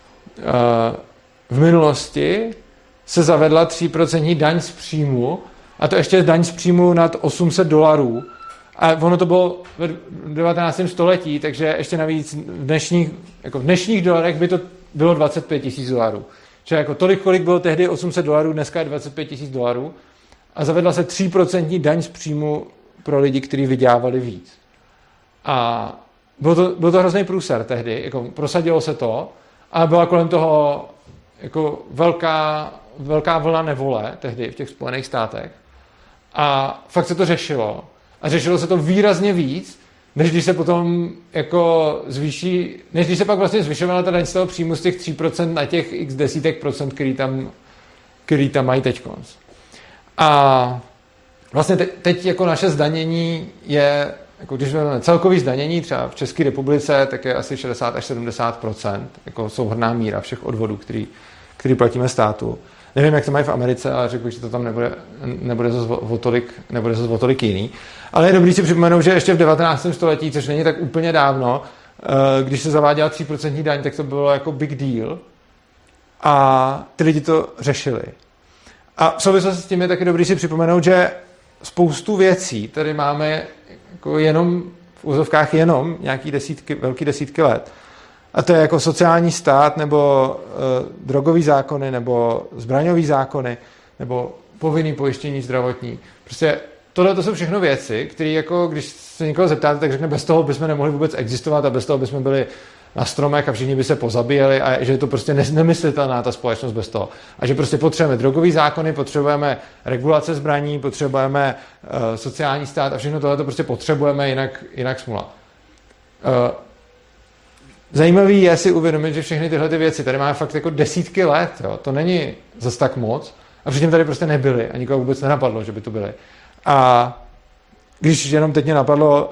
v minulosti se zavedla 3% daň z příjmu, a to ještě daň z příjmu nad $800. A ono to bylo v 19. století, takže ještě navíc v dnešních dolarech by to bylo $25,000. Čili jako tolik, kolik bylo tehdy $800, dneska je $25,000. A zavedla se 3% daň z příjmu pro lidi, kteří vydělávali víc. A byl to hrozný průser tehdy, jako prosadilo se to, a byla kolem toho jako velká vlna nevole tehdy v těch Spojených státech. A fakt se to řešilo. A řešilo se to výrazně víc, než když se potom jako než když se pak vlastně zvyšovala ta daň z toho příjmu z těch 3% na těch x desítek procent, který tam mají teďkonc. A vlastně teď jako naše zdanění je, jako když máme celkový zdanění, třeba v České republice, tak je asi 60 až 70%, jako souhrnná míra všech odvodů, který platíme státu. Nevím, jak to mají v Americe, ale řekl bych, že to tam nebude zase o tolik jiný. Ale je dobrý si připomenout, že ještě v 19. století, což není tak úplně dávno, když se zaváděla 3% daň, tak to bylo jako big deal. A ty lidi to řešili. A v souvislosti s tím je taky dobrý si připomenout, že spoustu věcí tady máme jako jenom v úzovkách nějaký velký desítky let. A to je jako sociální stát, nebo drogový zákony, nebo zbraňový zákony, nebo povinný pojištění zdravotní. Prostě tohle to jsou všechno věci, které jako, když se někoho zeptáte, tak řekne, bez toho bychom nemohli vůbec existovat a bez toho bychom byli na stromech a všichni by se pozabíjeli a že je to prostě nemyslitelná ta společnost bez toho. A že prostě potřebujeme drogový zákony, potřebujeme regulace zbraní, potřebujeme sociální stát a všechno tohle to prostě potřebujeme, jinak smula. Zajímavý je si uvědomit, že všechny tyhle ty věci tady máme fakt jako desítky let, jo? To není zas tak moc a předtím tady prostě nebyly a nikoho vůbec nenapadlo, že by to byly. A když jenom teď mě napadlo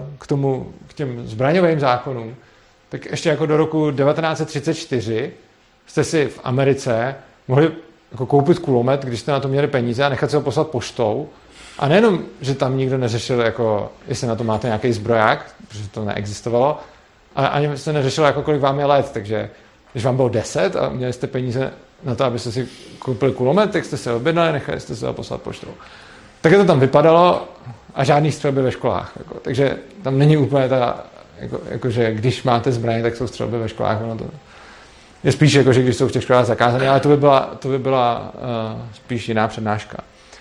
k těm zbraňovým zákonům, tak ještě jako do roku 1934 jste si v Americe mohli jako koupit kulomet, když jste na to měli peníze a nechat se ho poslat poštou. A nejenom, že tam nikdo neřešil, jako, jestli na to máte nějaký zbroják, protože to neexistovalo, ale ani se neřešilo, jako kolik vám je let. Takže když vám bylo 10 a měli jste peníze na to, abyste si koupili kulomet, tak jste se objednali, nechali jste se ho poslat poštou. Tak to tam vypadalo a žádný střelby ve školách. Jako. Takže tam není úplně ta, že když máte zbraně, tak jsou střelby ve školách. Ono to je spíš, že když jsou v těch školách zakázané, ale to by byla spíš jiná přednáška.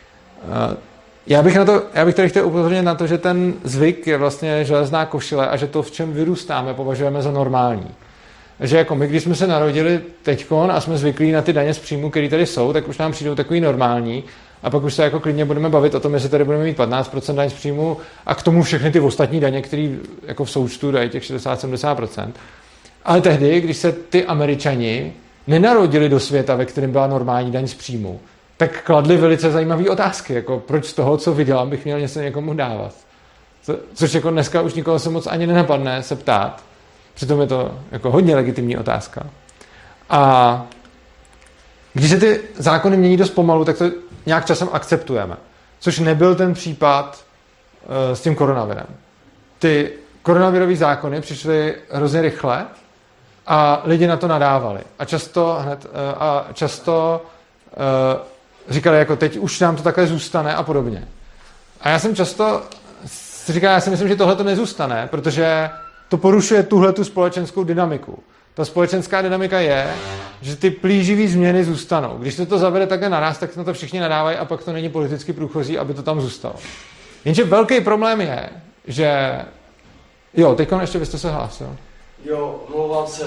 Já bych tady chtěl upozornit na to, že ten zvyk je vlastně železná košile a že to, v čem vyrůstáme, považujeme za normální. Že jako my, když jsme se narodili teďkon a jsme zvyklí na ty daně z příjmu, které tady jsou, tak už nám přijdou takový normální a pak už se jako klidně budeme bavit o tom, jestli tady budeme mít 15% daň z příjmu a k tomu všechny ty ostatní daně, které jako v součtu dají těch 60-70%. Ale tehdy, když se ty Američani nenarodili do světa, ve kterém byla normální daň z příjmu, tak kladli velice zajímavé otázky, jako proč z toho, co vydělám, bych měl něco někomu dávat. Což jako dneska už nikoho se moc ani nenapadne se ptát. Přitom je to jako hodně legitimní otázka. A když se ty zákony mění dost pomalu, tak to nějak časem akceptujeme. Což nebyl ten případ s tím koronavirem. Ty koronavirové zákony přišly hrozně rychle a lidi na to nadávali. A často říkali, jako teď už nám to takhle zůstane a podobně. A já jsem často říkal, já si myslím, že tohle to nezůstane, protože to porušuje tuhletu společenskou dynamiku. Ta společenská dynamika je, že ty plíživý změny zůstanou. Když se to zavede takhle naraz, tak na to všichni nadávají a pak to není politicky průchozí, aby to tam zůstalo. Jenže velký problém je, že... Jo, teďko ještě byste se hlásil. Jo, mluvám se.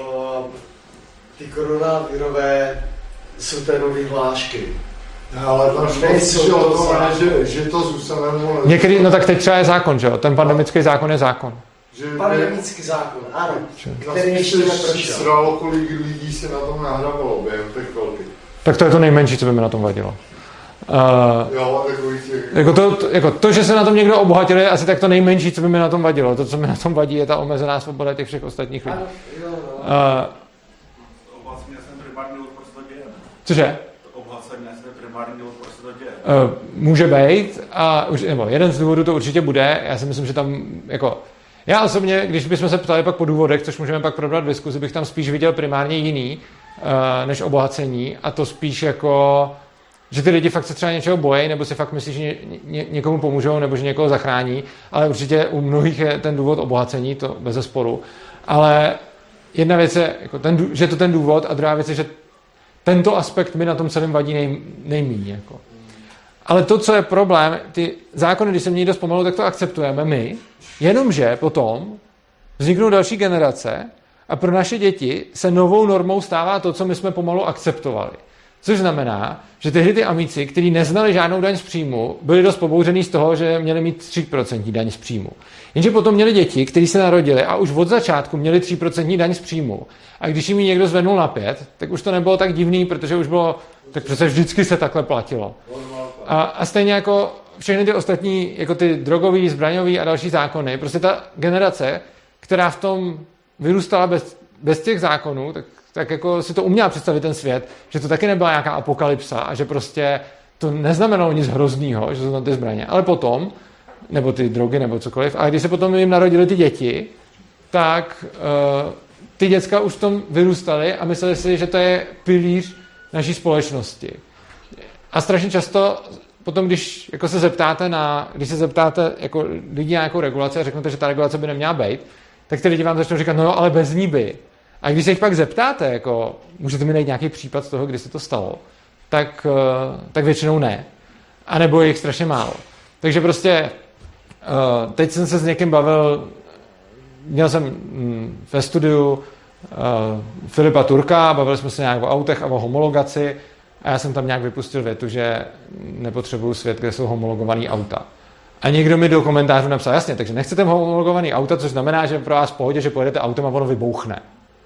Ty koronavirové jsou té nové hlášky. Ale tam nejsou o tom, že to zůstane. Někdy, no tak teď třeba je zákon, že jo? Ten pandemický zákon je zákon. Pandemický zákon, ano. Který ještě neprošel. Sralo, kolik lidí se na tom nahrávalo během těch velkých. Tak to je to nejmenší, co by mi na tom vadilo. Jako to, že se na tom někdo obohatil, je asi tak to nejmenší, co by mi na tom vadilo. To, co mi na tom vadí, je ta omezená svoboda těch všech ostatních lidí. Cože? Může být, nebo jeden z důvodů to určitě bude. Já si myslím, že tam jako... Já osobně, když bychom se ptali pak po důvodech, což můžeme pak probrat v diskuzi, bych tam spíš viděl primárně jiný, než obohacení, a to spíš jako, že ty lidi fakt se třeba něčeho bojí, nebo si fakt myslí, že někomu pomůžou, nebo že někoho zachrání, ale určitě u mnohých je ten důvod obohacení, to bez zesporu. Ale jedna věc je, jako že je to ten důvod, a druhá věc je, že tento aspekt mi na tom celém vadí nejméně. Jako. Ale to, co je problém, ty zákony, když se mění dost pomalu, tak to akceptujeme my, jenomže potom vzniknou další generace a pro naše děti se novou normou stává to, co my jsme pomalu akceptovali. Což znamená, že tehdy ty amíci, kteří neznali žádnou daň z příjmu, byli dost pobouřený z toho, že měli mít 3% daň z příjmu. Jenže potom měli děti, kteří se narodili a už od začátku měli 3% daň z příjmu. A když jim ji někdo zvednul na 5, tak už to nebylo tak divný, protože už bylo, tak přece vždycky se takhle platilo. A stejně jako všechny ty ostatní, jako ty drogový, zbraňový a další zákony, prostě ta generace, která v tom vyrůstala bez těch zákonů, tak jako si to uměla představit ten svět, že to taky nebyla nějaká apokalypsa a že prostě to neznamenalo nic hroznýho, že jsou tam ty zbraně. Ale potom, nebo ty drogy, nebo cokoliv, a když se potom jim narodili ty děti, tak ty děcka už v tom vyrůstaly a mysleli si, že to je pilíř naší společnosti. A strašně často potom, když jako se zeptáte jako lidí na nějakou regulaci a řeknete, že ta regulace by neměla být, tak ty lidi vám začnou říkat, no jo, ale bez ní by. A když se jich pak zeptáte, jako, můžete mi najít nějaký případ z toho, kdy se to stalo, tak většinou ne. A nebo je jich strašně málo. Takže prostě teď jsem se s někým bavil, měl jsem ve studiu Filipa Turka, bavili jsme se nějak o autech a o homologaci a já jsem tam nějak vypustil větu, že nepotřebuju svět, kde jsou homologovaný auta. A někdo mi do komentářů napsal, jasně, takže nechcete homologovaný auta, což znamená, že pro vás v pohodě, že pojedete autem a ono vybouchne.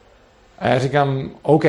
A já říkám, OK,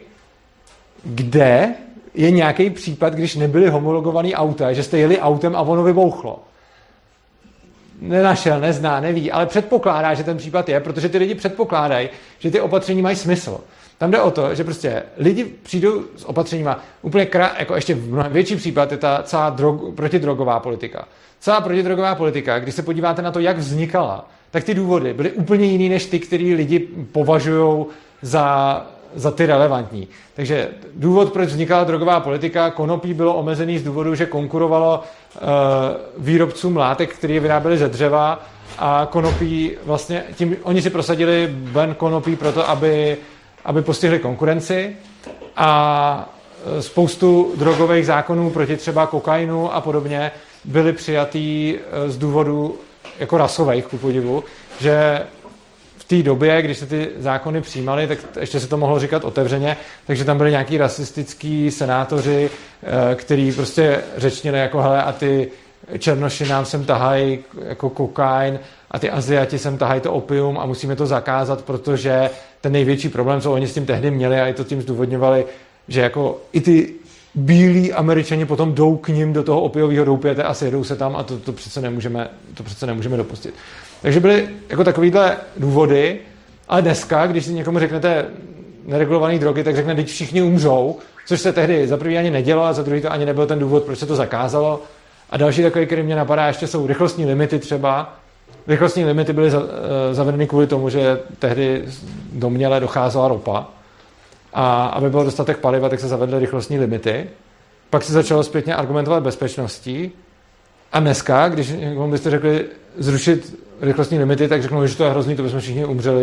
kde je nějaký případ, když nebyly homologovaný auta, že jste jeli autem a ono vybouchlo? Nenašel, nezná, neví, ale předpokládá, že ten případ je, protože ty lidi předpokládají, že ty opatření mají smysl. Tam jde o to, že prostě lidi přijdou s opatřeníma úplně jako ještě v mnohem větší případ je ta celá protidrogová politika. Celá protidrogová politika, když se podíváte na to, jak vznikala, tak ty důvody byly úplně jiný než ty, který lidi považují za ty relevantní. Takže důvod, proč vznikala drogová politika, konopí bylo omezený z důvodu, že konkurovalo výrobcům látek, které vyráběly ze dřeva, a konopí vlastně, tím oni si prosadili ven konopí proto, aby postihli konkurenci, a spoustu drogových zákonů proti třeba kokainu a podobně byly přijatý z důvodu jako rasových, ku podivu, že v té době, když se ty zákony přijímaly, tak ještě se to mohlo říkat otevřeně, takže tam byli nějaký rasistický senátoři, který prostě řečnili jako hele, a ty černoši nám sem tahají jako kokain a ty Aziati sem tahají to opium a musíme to zakázat, protože ten největší problém, co oni s tím tehdy měli, a i to tím zdůvodňovali, že jako i ty bílí Američani potom jdou k nim do toho opiového doupěte a sjedou se tam, a to přece nemůžeme dopustit. Takže byly jako takovýhle důvody, ale dneska, když si někomu řeknete neregulované drogy, tak řekne, teď všichni umřou, což se tehdy za první ani nedělo a za druhý to ani nebyl ten důvod, proč se to zakázalo. A další takový, který mě napadá, ještě jsou rychlostní limity třeba. Rychlostní limity byly zavedeny kvůli tomu, že tehdy domněle docházela ropa. A aby bylo dostatek paliva, tak se zavedly rychlostní limity. Pak se začalo zpětně argumentovat bezpečností. A dneska, když byste řekli zrušit rychlostní limity, tak řeknou, že to je hrozný, to bychom všichni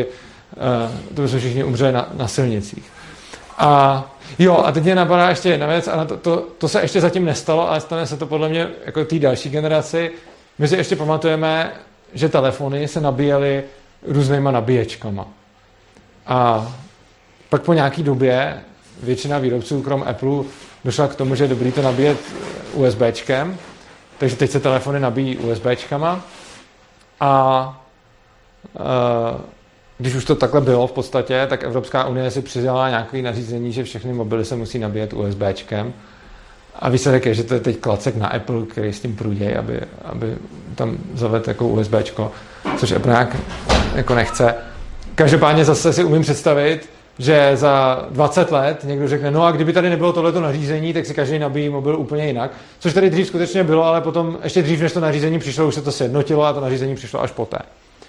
umřeli na silnicích. A jo, a teď mě napadá ještě jedna věc, a to se ještě zatím nestalo, ale stane se to podle mě jako té další generaci. My si ještě pamatujeme, že telefony se nabíjely různýma nabíječkama. A pak po nějaký době většina výrobců, krom Apple, došla k tomu, že je dobrý to nabíjet USBčkem, takže teď se telefony nabíjí USBčkama a když už to takhle bylo v podstatě, tak Evropská unie si přidala nějaké nařízení, že všechny mobily se musí nabíjet USBčkem. A výsledek je, že to je teď klacek na Apple, který s tím průděj, aby tam zavedl jako USBčko, což Apple nějak jako nechce. Každopádně zase si umím představit, že za 20 let někdo řekne, no a kdyby tady nebylo tohleto nařízení, tak si každý nabíjí mobil úplně jinak. Což tady dřív skutečně bylo, ale potom ještě dřív, než to nařízení přišlo, už se to sjednotilo a to nařízení přišlo až poté.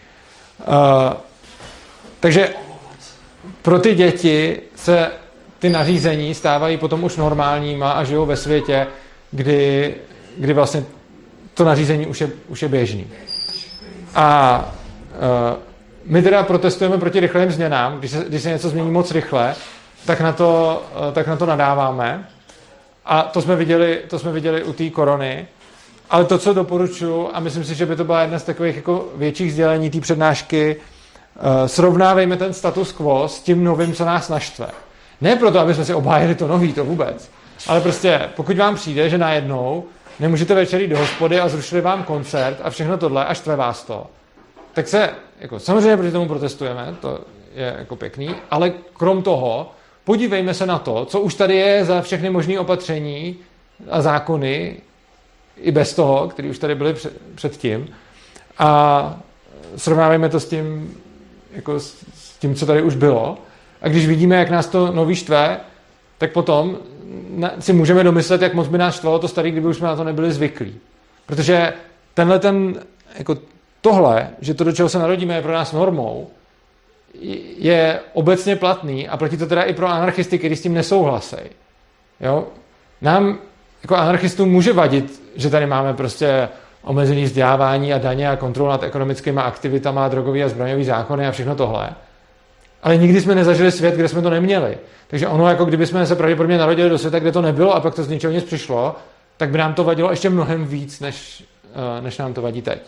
Takže pro ty děti se ty nařízení stávají potom už normálníma a žijou ve světě, kdy vlastně to nařízení už je běžný. A my teda protestujeme proti rychlým změnám. Když se něco změní moc rychle, tak na to nadáváme. A to jsme viděli u té korony. Ale to, co doporučuji, a myslím si, že by to byla jedna z takových jako větších sdělení té přednášky, srovnávejme ten status quo s tím novým, co nás naštve. Ne proto, aby jsme si obhájili to nový, to vůbec. Ale prostě, pokud vám přijde, že najednou nemůžete večer jít do hospody a zrušili vám koncert a všechno tohle a štve vás to, tak se, jako, samozřejmě proti tomu protestujeme, to je jako pěkný, ale krom toho, podívejme se na to, co už tady je za všechny možné opatření a zákony, i bez toho, které už tady byly předtím, a srovnávejme to s tím, jako s tím, co tady už bylo. A když vidíme, jak nás to nový štve, tak potom si můžeme domyslet, jak moc by nás štvalo to starý, kdyby už jsme na to nebyli zvyklí. Protože jako tohle, že to, do čeho se narodíme, je pro nás normou, je obecně platný a platí to teda i pro anarchisty, kteří s tím nesouhlasejí. Jo? Nám jako anarchistům může vadit, že tady máme prostě omezený vzdělávání a daně a kontrolu nad ekonomickými aktivitami, drogový a zbraňový zákony a všechno tohle. Ale nikdy jsme nezažili svět, kde jsme to neměli. Takže ono, jako kdyby jsme se pravděpodobně narodili do světa, kde to nebylo a pak to z ničeho nic přišlo, tak by nám to vadilo ještě mnohem víc, než nám to vadí teď.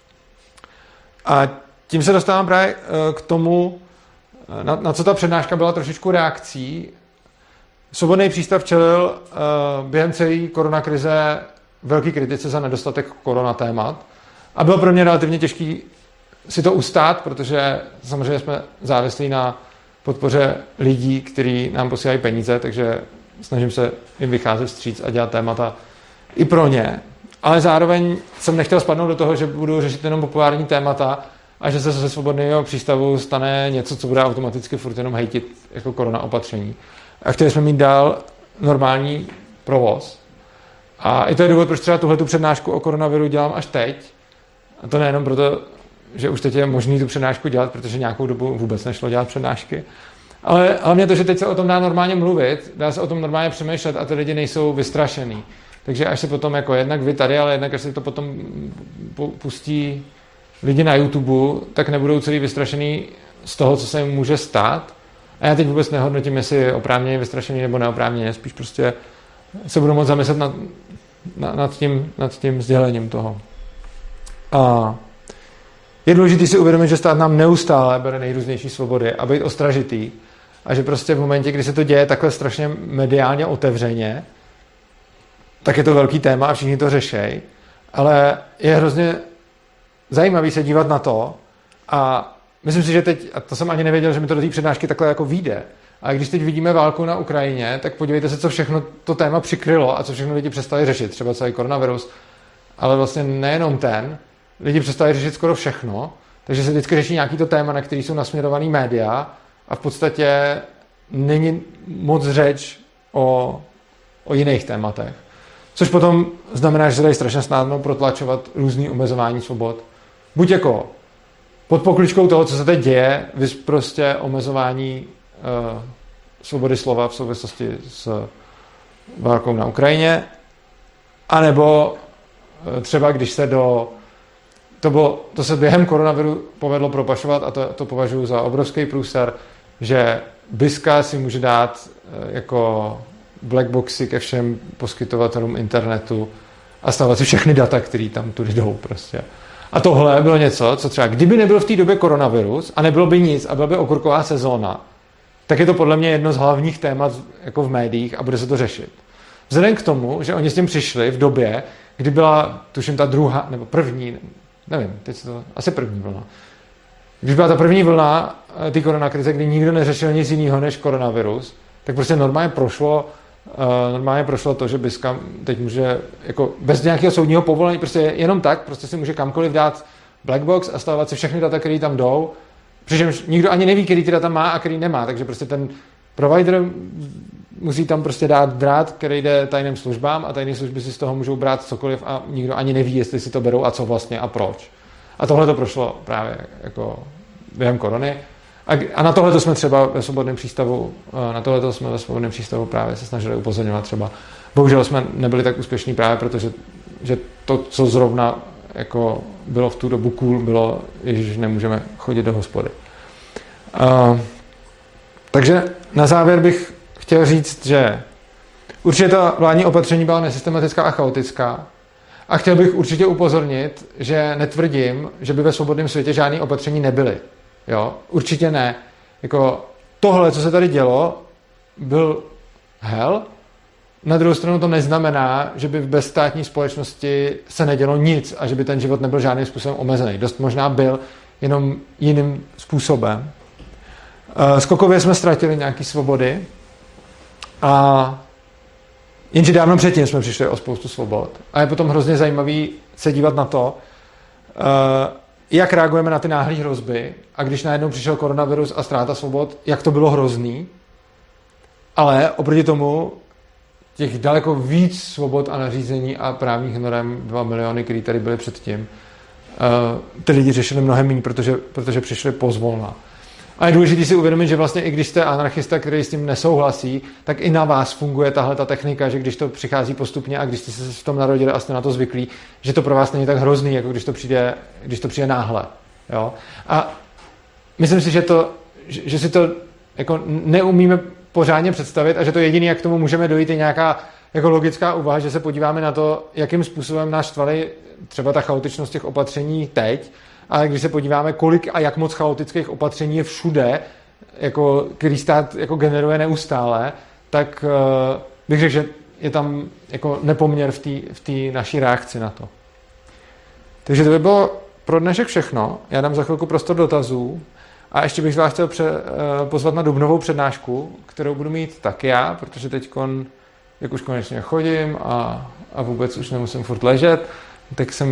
A tím se dostávám právě k tomu, na co ta přednáška byla trošičku reakcí. Svobodný přístav čelil během celé koronakrize velký kritice za nedostatek koronatémat. A bylo pro mě relativně těžký si to ustát, protože samozřejmě jsme závislí na podpoře lidí, kteří nám posílají peníze, takže snažím se jim vycházet vstříc a dělat témata i pro ně. Ale zároveň jsem nechtěl spadnout do toho, že budu řešit jenom populární témata a že se ze svobodného přístavu stane něco, co bude automaticky furt jenom hejtit jako korona opatření. A chtěli jsme mít dál normální provoz. A i to je důvod, proč třeba tuhletu přednášku o koronaviru dělám až teď. A to nejenom proto, že už teď je možný tu přednášku dělat, protože nějakou dobu vůbec nešlo dělat přednášky. Ale hlavně to, že teď se o tom dá normálně mluvit, dá se o tom normálně přemýšlet a ty lidi nejsou vystrašený. Takže až se potom jako jednak vy tady, ale jednak až se to potom pustí lidi na YouTube, tak nebudou celý vystrašený z toho, co se jim může stát. A já teď vůbec nehodnotím, jestli je oprávněně vystrašený nebo neoprávněně, spíš prostě se budu moct zamyslet nad tím sdělením toho. A je důležité si uvědomit, že stát nám neustále bere nejrůznější svobody a být ostražitý. A že prostě v momentě, kdy se to děje takhle strašně mediálně otevřeně, tak je to velký téma a všichni to řešejí. Ale je hrozně zajímavý se dívat na to a myslím si, že teď, a to jsem ani nevěděl, že mi to do té přednášky takhle jako vyjde, a když teď vidíme válku na Ukrajině, tak podívejte se, co všechno to téma přikrylo a co všechno lidi přestali řešit. Třeba celý koronavirus, ale vlastně nejenom ten. Lidi přestali řešit skoro všechno, takže se vždycky řeší nějaký to téma, na který jsou nasměrovaný média a v podstatě není moc řeč o jiných tématech. Což potom znamená, že se dají strašně snadno protlačovat různý omezování svobod. Buď jako pod pokličkou toho, co se teď děje, vys prostě omezování svobody slova v souvislosti s válkou na Ukrajině, anebo třeba když se to se během koronaviru povedlo propašovat a to považuji za obrovský průser, že BISka si může dát jako blackboxy ke všem poskytovatelům internetu a stávat si všechny data, které tam tudy jdou prostě. A tohle bylo něco, co třeba kdyby nebyl v té době koronavirus a nebylo by nic a byla by okurková sezóna, tak je to podle mě jedno z hlavních témat jako v médiích a bude se to řešit. Vzhledem k tomu, že oni s tím přišli v době, kdy byla, tuším, ta druhá, nebo první, nevím, teď se to, asi první vlna, Když byla ta první vlna ty koronakrize, kdy nikdo neřešil nic jiného než koronavirus, tak prostě normálně prošlo to, že BISka teď může jako bez nějakého soudního povolení, prostě jenom tak, prostě si může kamkoliv dát blackbox a stavovat si všechny data, které tam jdou, přičemž nikdo ani neví, který ty data má a který nemá, takže prostě ten provider musí tam prostě dát drát, který jde tajným službám a tajné služby si z toho můžou brát cokoliv a nikdo ani neví, jestli si to berou a co vlastně a proč. A tohle to prošlo právě jako během korony. A na tohle jsme třeba ve Svobodném přístavu právě se snažili upozorňovat třeba. Bohužel jsme nebyli tak úspěšní právě, protože že to, co zrovna jako bylo v tu dobu cool, bylo, že nemůžeme chodit do hospody. Takže na závěr bych chtěl říct, že určitě ta vládní opatření byla nesystematická a chaotická. A chtěl bych určitě upozornit, že netvrdím, že by ve svobodném světě žádné opatření nebyly. Jo? Určitě ne. Jako tohle, co se tady dělo, byl hell. Na druhou stranu to neznamená, že by v bezstátní společnosti se nedělo nic a že by ten život nebyl žádným způsobem omezený. Dost možná byl, jenom jiným způsobem. Skokově jsme ztratili nějaké svobody a jenže dávno předtím jsme přišli o spoustu svobod. A je potom hrozně zajímavý se dívat na to, jak reagujeme na ty náhlé hrozby a když najednou přišel koronavirus a ztráta svobod, jak to bylo hrozný. Ale oproti tomu těch daleko víc svobod a nařízení a právních norem 2 miliony, které tady byly předtím, ty lidi řešili mnohem méně, protože přišli pozvolna. A je důležité si uvědomit, že vlastně i když jste anarchista, který s tím nesouhlasí, tak i na vás funguje tahle ta technika, že když to přichází postupně a když jste se v tom narodili a jste na to zvyklí, že to pro vás není tak hrozný, jako když to přijde náhle. Jo? A myslím si, že si to jako neumíme pořádně představit a že to jediné, jak k tomu můžeme dojít, je nějaká jako logická úvaha, že se podíváme na to, jakým způsobem nás štvaly třeba ta chaotičnost těch opatření teď, ale když se podíváme, kolik a jak moc chaotických opatření je všude, jako, který stát jako generuje neustále, tak bych řekl, že je tam jako nepoměr v té naší reakci na to. Takže to by bylo pro dnešek všechno. Já dám za chvilku prostor dotazů a ještě bych vás chtěl pozvat na dubnovou přednášku, kterou budu mít taky já, protože teď, jak už konečně chodím a vůbec už nemusím furt ležet, tak se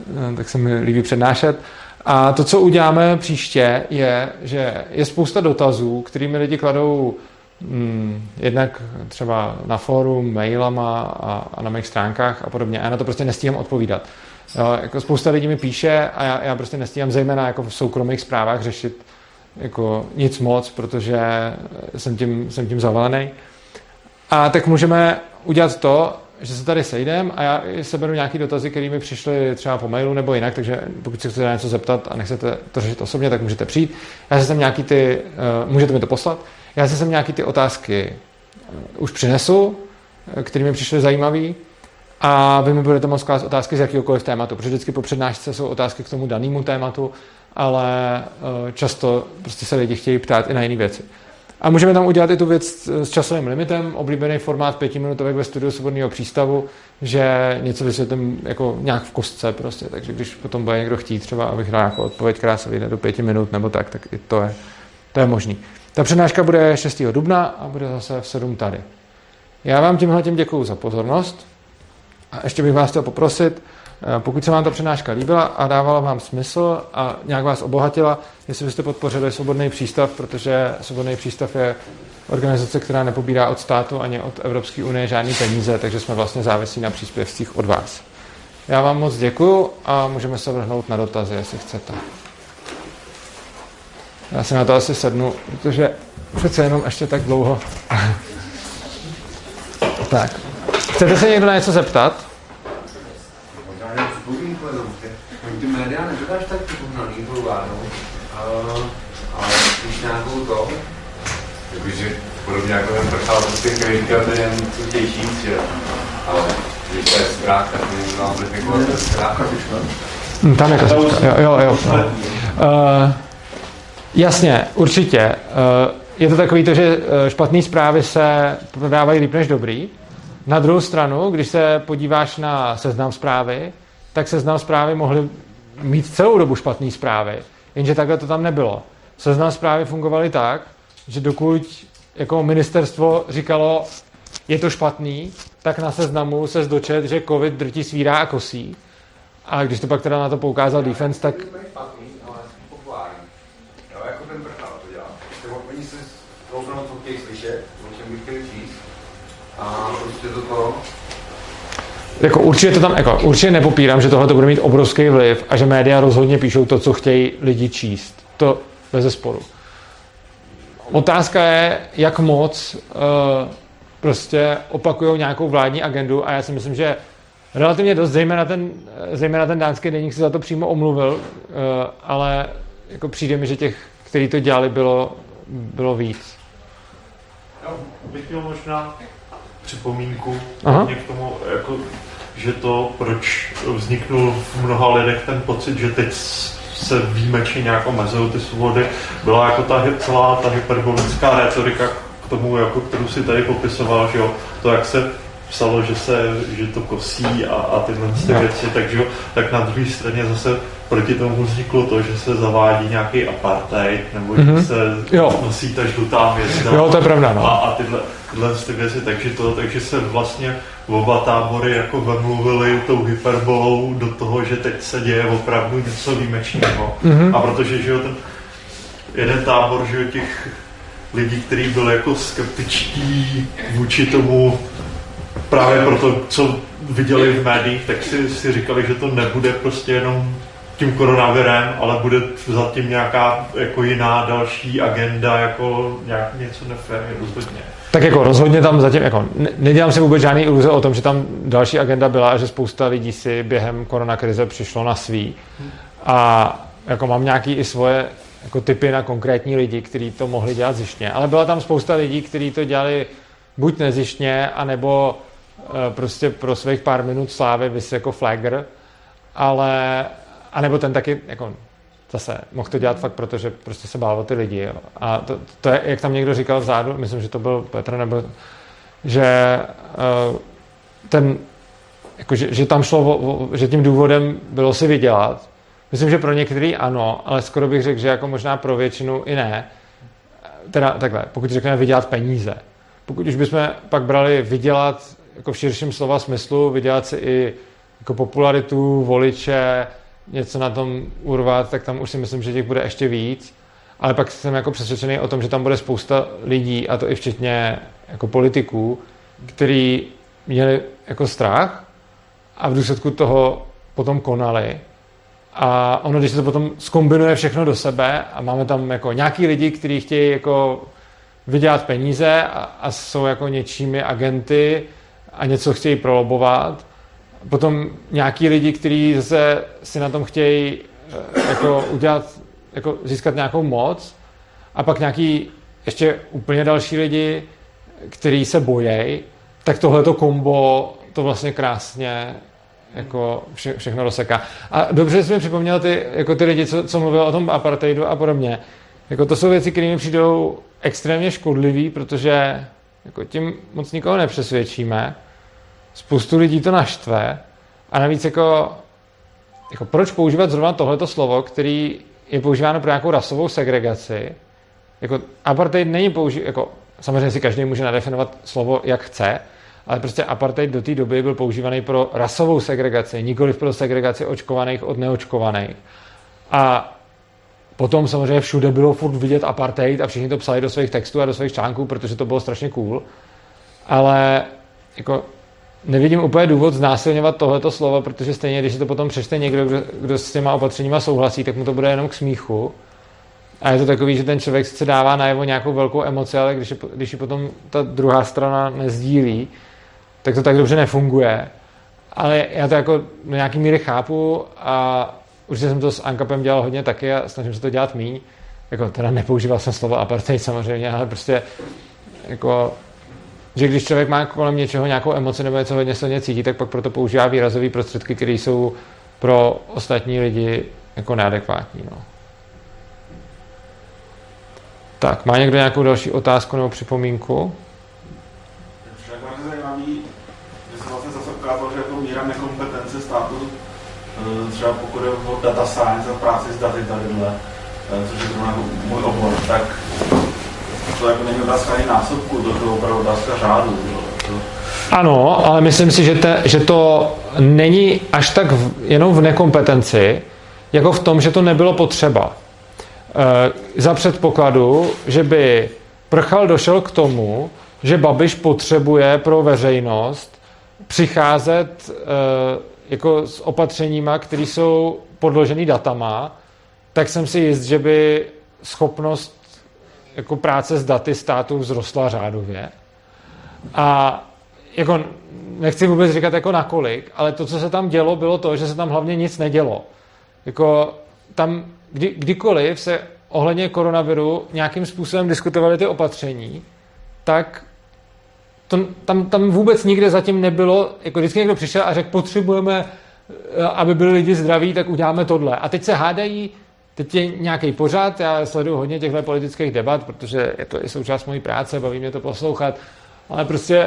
mi líbí přednášet. A to, co uděláme příště, je, že je spousta dotazů, kterými lidi kladou jednak třeba na fóru, mailama a na mých stránkách a podobně. A já na to prostě nestíhám odpovídat. Jo, jako spousta lidí mi píše a já prostě nestíhám zejména jako v soukromých zprávách řešit jako nic moc, protože jsem tím zavalený. A tak můžeme udělat to, že se tady sejdem a já seberu nějaký dotazy, které mi přišly třeba po mailu nebo jinak, takže pokud se chcete něco zeptat a nechcete to řešit osobně, tak můžete přijít. Já se sem můžete mi to poslat. Já se sem nějaký ty otázky už přinesu, které mi přišly zajímavé a vy mi budete moct klást otázky z jakýhokoliv tématu, protože vždycky po přednášce jsou otázky k tomu danému tématu, ale často prostě se lidi chtějí ptát i na jiné věci. A můžeme tam udělat i tu věc s časovým limitem, oblíbený formát 5minutovek ve studiu Svobodného přístavu, že něco vysvětlím jako nějak v kostce prostě, takže když potom bude někdo chtít třeba, abych dal nějakou odpověď, která se vyjde do 5 minut nebo tak i to je možný. Ta přednáška bude 6. dubna a bude zase v 7 tady. Já vám tímhletím děkuju za pozornost a ještě bych vás chtěl poprosit, pokud se vám ta přednáška líbila a dávala vám smysl a nějak vás obohatila, jestli byste podpořili Svobodný přístav, protože Svobodný přístav je organizace, která nepobírá od státu ani od Evropské unie žádný peníze, takže jsme vlastně závislí na příspěvcích od vás. Já vám moc děkuju a můžeme se vrhnout na dotazy, jestli chcete. Já se na to asi sednu, protože přece jenom ještě tak dlouho. Tak. Chcete se někdo na něco zeptat? Ty média nedokáš tak pohnalý hluvárnou, ale když nějakou to, takže podobně jako ten prchal, prostě který říkal, že je něco těžší, že ale když to je strach, tak mi vám defikovat ten strach. Tam je kasička, jo. Jasně, určitě. Je to takový to, že špatné zprávy se prodávají líp než dobrý. Na druhou stranu, když se podíváš na Seznam Zprávy, tak Seznam Zprávy mohly mít celou dobu špatné zprávy. Jenže takhle to tam nebylo. Seznam zprávy fungovaly tak, že dokud jako ministerstvo říkalo, je to špatný, tak na seznamu se dočet, že covid drtí, svírá a kosí. A když to pak teda na to poukázal Defense, tak... špatný, ale populární. Jo, jako ten Prchal to dělá. Oni se kouknou, co chtějí slyšet, o čem by chtěli číst. A prostě to... Jako určitě nepopírám, že tohle to bude mít obrovský vliv a že média rozhodně píšou to, co chtějí lidi číst. To bezesporu. Otázka je, jak moc prostě opakujou nějakou vládní agendu a já si myslím, že relativně dost, zejména ten dánský deník si za to přímo omluvil, ale jako přijde mi, že těch, kteří to dělali, bylo víc. Já bych měl možná připomínku k tomu, jako, že to, proč vzniknul v mnoha lidech ten pocit, že teď se výjimečně nějak omezují ty svobody, byla jako celá ta hyperbolická retorika k tomu, jako, kterou si tady popisoval, že jo, to, jak se psalo, že to kosí a tyhle věci, takže tak na druhé straně zase proti tomu vzniklo to, že se zavádí nějaký apartheid, nebo že se nosí ta žlutá hvězda. Jo, to je pravda, no. A tyhle věci, takže se vlastně oba tábory jako vemluvili tou hyperbolou do toho, že teď se děje opravdu něco výjimečného. A protože, že jo, ten jeden tábor, že jo, těch lidí, kteří byli jako skeptičtí vůči tomu právě proto, co viděli v médiích, tak si říkali, že to nebude prostě jenom tím koronavirem, ale bude zatím nějaká jako jiná další agenda, jako něco nefér, rozhodně. Tak jako rozhodně tam zatím, jako nedělám si vůbec žádný iluze o tom, že tam další agenda byla a že spousta lidí si během koronakrize přišlo na svý. A jako mám nějaký i svoje jako tipy na konkrétní lidi, kteří to mohli dělat zištně. Ale byla tam spousta lidí, kteří to dělali buď nezištně, anebo prostě pro svých pár minut slávy vys jako flagger, ale anebo ten taky jako zase mohl to dělat fakt, protože prostě se bál o ty lidi. Jo. A to je, jak tam někdo říkal vzadu, myslím, že to byl Petr, nebo že že tam šlo, že tím důvodem bylo si vydělat. Myslím, že pro některý ano, ale skoro bych řekl, že jako možná pro většinu i ne. Teda takhle, pokud řekneme vydělat peníze. Pokud už bychom pak brali vydělat jako v širším slova smyslu, vydělat si i jako popularitu, voliče, něco na tom urvat, tak tam už si myslím, že těch bude ještě víc. Ale pak jsem jako přesvědčený o tom, že tam bude spousta lidí, a to i včetně jako politiků, kteří měli jako strach a v důsledku toho potom konali. A ono, když se to potom zkombinuje všechno do sebe a máme tam jako nějaký lidi, kteří chtějí jako vydělat peníze a jsou jako něčími agenty a něco chtějí prolobovat. Potom nějaký lidi, kteří zase si na tom chtějí jako udělat, jako získat nějakou moc. A pak nějaký ještě úplně další lidi, kteří se bojejí, tak tohleto kombo to vlastně krásně jako všechno rozseká. A dobře jsi mi připomněl ty lidi, co mluvil o tom apartheidu a podobně. Jako to jsou věci, které mi přijdou extrémně škodlivý, protože jako tím moc nikoho nepřesvědčíme. Spoustu lidí to naštve. A navíc jako proč používat zrovna tohleto slovo, který je používáno pro nějakou rasovou segregaci. Jako apartheid není používáno, jako samozřejmě si každý může nadefinovat slovo, jak chce, ale prostě apartheid do té doby byl používaný pro rasovou segregaci, nikoliv pro segregaci očkovaných od neočkovaných. A potom samozřejmě všude bylo furt vidět apartheid a všichni to psali do svých textů a do svých článků, protože to bylo strašně cool. Ale jako nevidím úplně důvod znásilňovat tohleto slovo, protože stejně, když si to potom přečte někdo, kdo s těma opatřeníma souhlasí, tak mu to bude jenom k smíchu. A je to takový, že ten člověk sice dává najevo nějakou velkou emoci, ale když ji potom ta druhá strana nezdílí, tak to tak dobře nefunguje. Ale já to jako do nějaký míry chápu a určitě jsem to s Ankapem dělal hodně taky a snažím se to dělat míň. Jako teda nepoužíval jsem slovo apartheid samozřejmě, ale prostě jako, že když člověk má kolem něčeho nějakou emoci nebo něco hodně silně cítí, tak pak proto používá výrazové prostředky, které jsou pro ostatní lidi jako neadekvátní. No. Tak, má někdo nějakou další otázku nebo připomínku? Tak je zajímavý, že se vlastně zase ukázalo, že jako míra nekompetence státu, třeba pokud je o data science a práci s daty tadyhle, což je zrovna můj obor, tak to jako není otázka ani násobku, to je opravdu otázka řádu. Ano, ale myslím si, že to není až tak jenom v nekompetenci, jako v tom, že to nebylo potřeba. Za předpokladu, že by Prchal došel k tomu, že Babiš potřebuje pro veřejnost přicházet jako s opatřeníma, které jsou podložený datama, tak jsem si jist, že by schopnost jako práce s daty státu vzrostla řádově. A jako nechci vůbec říkat jako nakolik, ale to, co se tam dělo, bylo to, že se tam hlavně nic nedělo. Jako tam kdykoliv se ohledně koronaviru nějakým způsobem diskutovaly ty opatření, tak tam vůbec nikde zatím nebylo, jako vždycky někdo přišel a řekl, potřebujeme, aby byli lidi zdraví, tak uděláme tohle. A teď se hádají, teď je nějaký pořad, já sleduju hodně těchto politických debat, protože je to i součást mojí práce, baví mě to poslouchat, ale prostě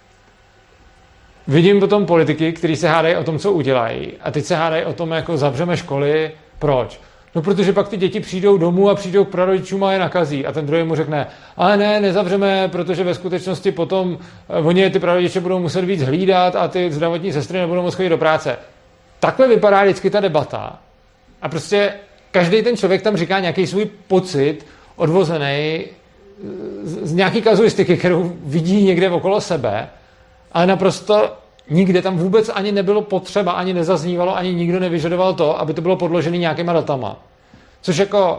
vidím potom politiky, kteří se hádají o tom, co udělají, a teď se hádají o tom, jako zavřeme školy. Proč? No, protože pak ty děti přijdou domů a přijdou k prarodičům a je nakazí. A ten druhý mu řekne, ale ne, nezavřeme, protože ve skutečnosti potom oni ty prarodiče budou muset víc hlídat a ty zdravotní sestry nebudou moc chodit do práce. Takhle vypadá vždycky ta debata. A prostě každý ten člověk tam říká nějaký svůj pocit odvozený z nějaký kazuistiky, kterou vidí někde okolo sebe, ale naprosto nikde tam vůbec ani nebylo potřeba, ani nezaznívalo, ani nikdo nevyžadoval to, aby to bylo podložené nějakýma datama. Což jako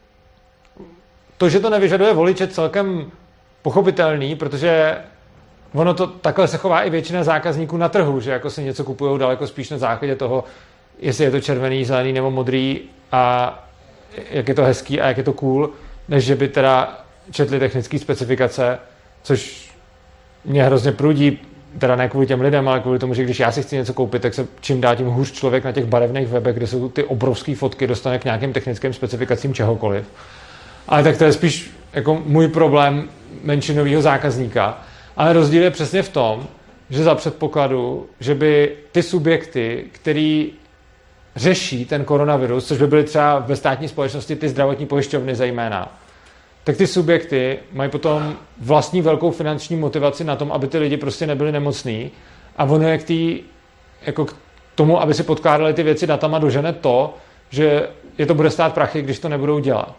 to, že to nevyžaduje voliče, celkem pochopitelný, protože ono to takhle se chová i většina zákazníků na trhu, že jako si něco kupujou daleko spíš na základě toho, jestli je to červený, zelený nebo modrý a jak je to hezký a jak je to cool, než že by teda četli technické specifikace, což mě hrozně prudí, teda ne kvůli těm lidem, ale kvůli tomu, že když já si chci něco koupit, tak se čím dál tím hůř člověk na těch barevných webech, kde jsou ty obrovské fotky, dostane k nějakým technickým specifikacím čehokoliv. Ale tak to je spíš jako můj problém menšinového zákazníka. Ale rozdíl je přesně v tom, že za předpokladu, že by ty subjekty, který řeší ten koronavirus, což by byly třeba ve státní společnosti ty zdravotní pojišťovny zejména, tak ty subjekty mají potom vlastní velkou finanční motivaci na tom, aby ty lidi prostě nebyli nemocní a ono je jako k tomu, aby si podkládali ty věci datama, dožene to, že je to bude stát prachy, když to nebudou dělat.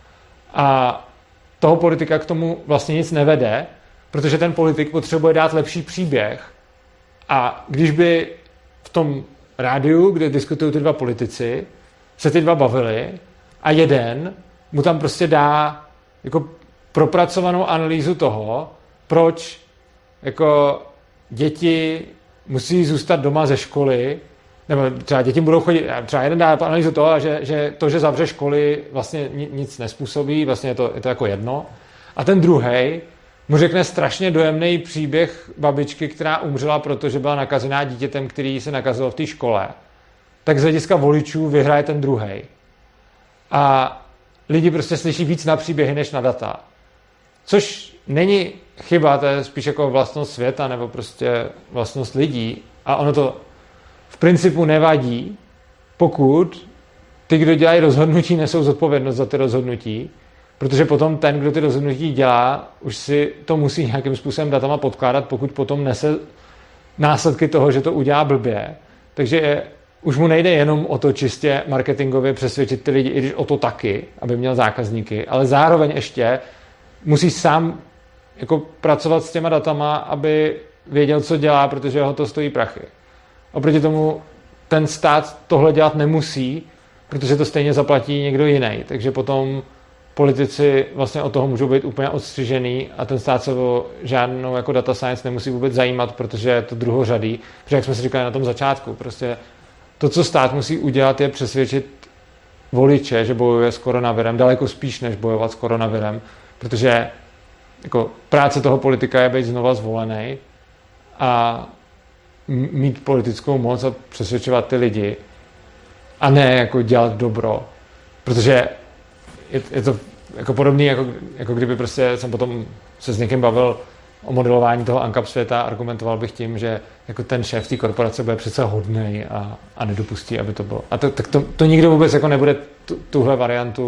A toho politika k tomu vlastně nic nevede, protože ten politik potřebuje dát lepší příběh a když by v tom rádiu, kde diskutují ty dva politici, se ty dva bavili a jeden mu tam prostě dá jako propracovanou analýzu toho, proč jako děti musí zůstat doma ze školy, nebo třeba děti budou chodit, třeba jeden dá analýzu toho, že to, že zavře školy, vlastně nic nespůsobí, vlastně je to jako jedno. A ten druhej mu řekne strašně dojemný příběh babičky, která umřela, protože byla nakazená dítětem, který se nakazilo v té škole. Tak z hlediska voličů vyhraje ten druhej. A lidi prostě slyší víc na příběhy, než na data. Což není chyba, to je spíš jako vlastnost světa, nebo prostě vlastnost lidí. A ono to v principu nevadí, pokud ty, kdo dělají rozhodnutí, nesou zodpovědnost za ty rozhodnutí, protože potom ten, kdo ty rozhodnutí dělá, už si to musí nějakým způsobem datama podkládat, pokud potom nese následky toho, že to udělá blbě. Takže už mu nejde jenom o to čistě marketingově přesvědčit ty lidi, i když o to taky, aby měl zákazníky, ale zároveň ještě musí sám jako pracovat s těma datama, aby věděl, co dělá, protože ho to stojí prachy. Oproti tomu ten stát tohle dělat nemusí, protože to stejně zaplatí někdo jiný. Takže potom politici vlastně od toho můžou být úplně odstřižený a ten stát se o žádnou jako data science nemusí vůbec zajímat, protože je to druhořadý. Protože jak jsme si říkali na tom začátku, prostě to, co stát musí udělat, je přesvědčit voliče, že bojuje s koronavirem, daleko spíš, než bojovat s koronavirem, protože jako práce toho politika je být znova zvolený a mít politickou moc a přesvědčovat ty lidi a ne jako dělat dobro, protože je to jako podobný, jako kdyby prostě jsem potom se s někým bavil o modelování toho ANCAP světa, argumentoval bych tím, že jako ten šéf té korporace bude přece hodnej a nedopustí, aby to bylo. A to nikdo vůbec jako nebude tuhle variantu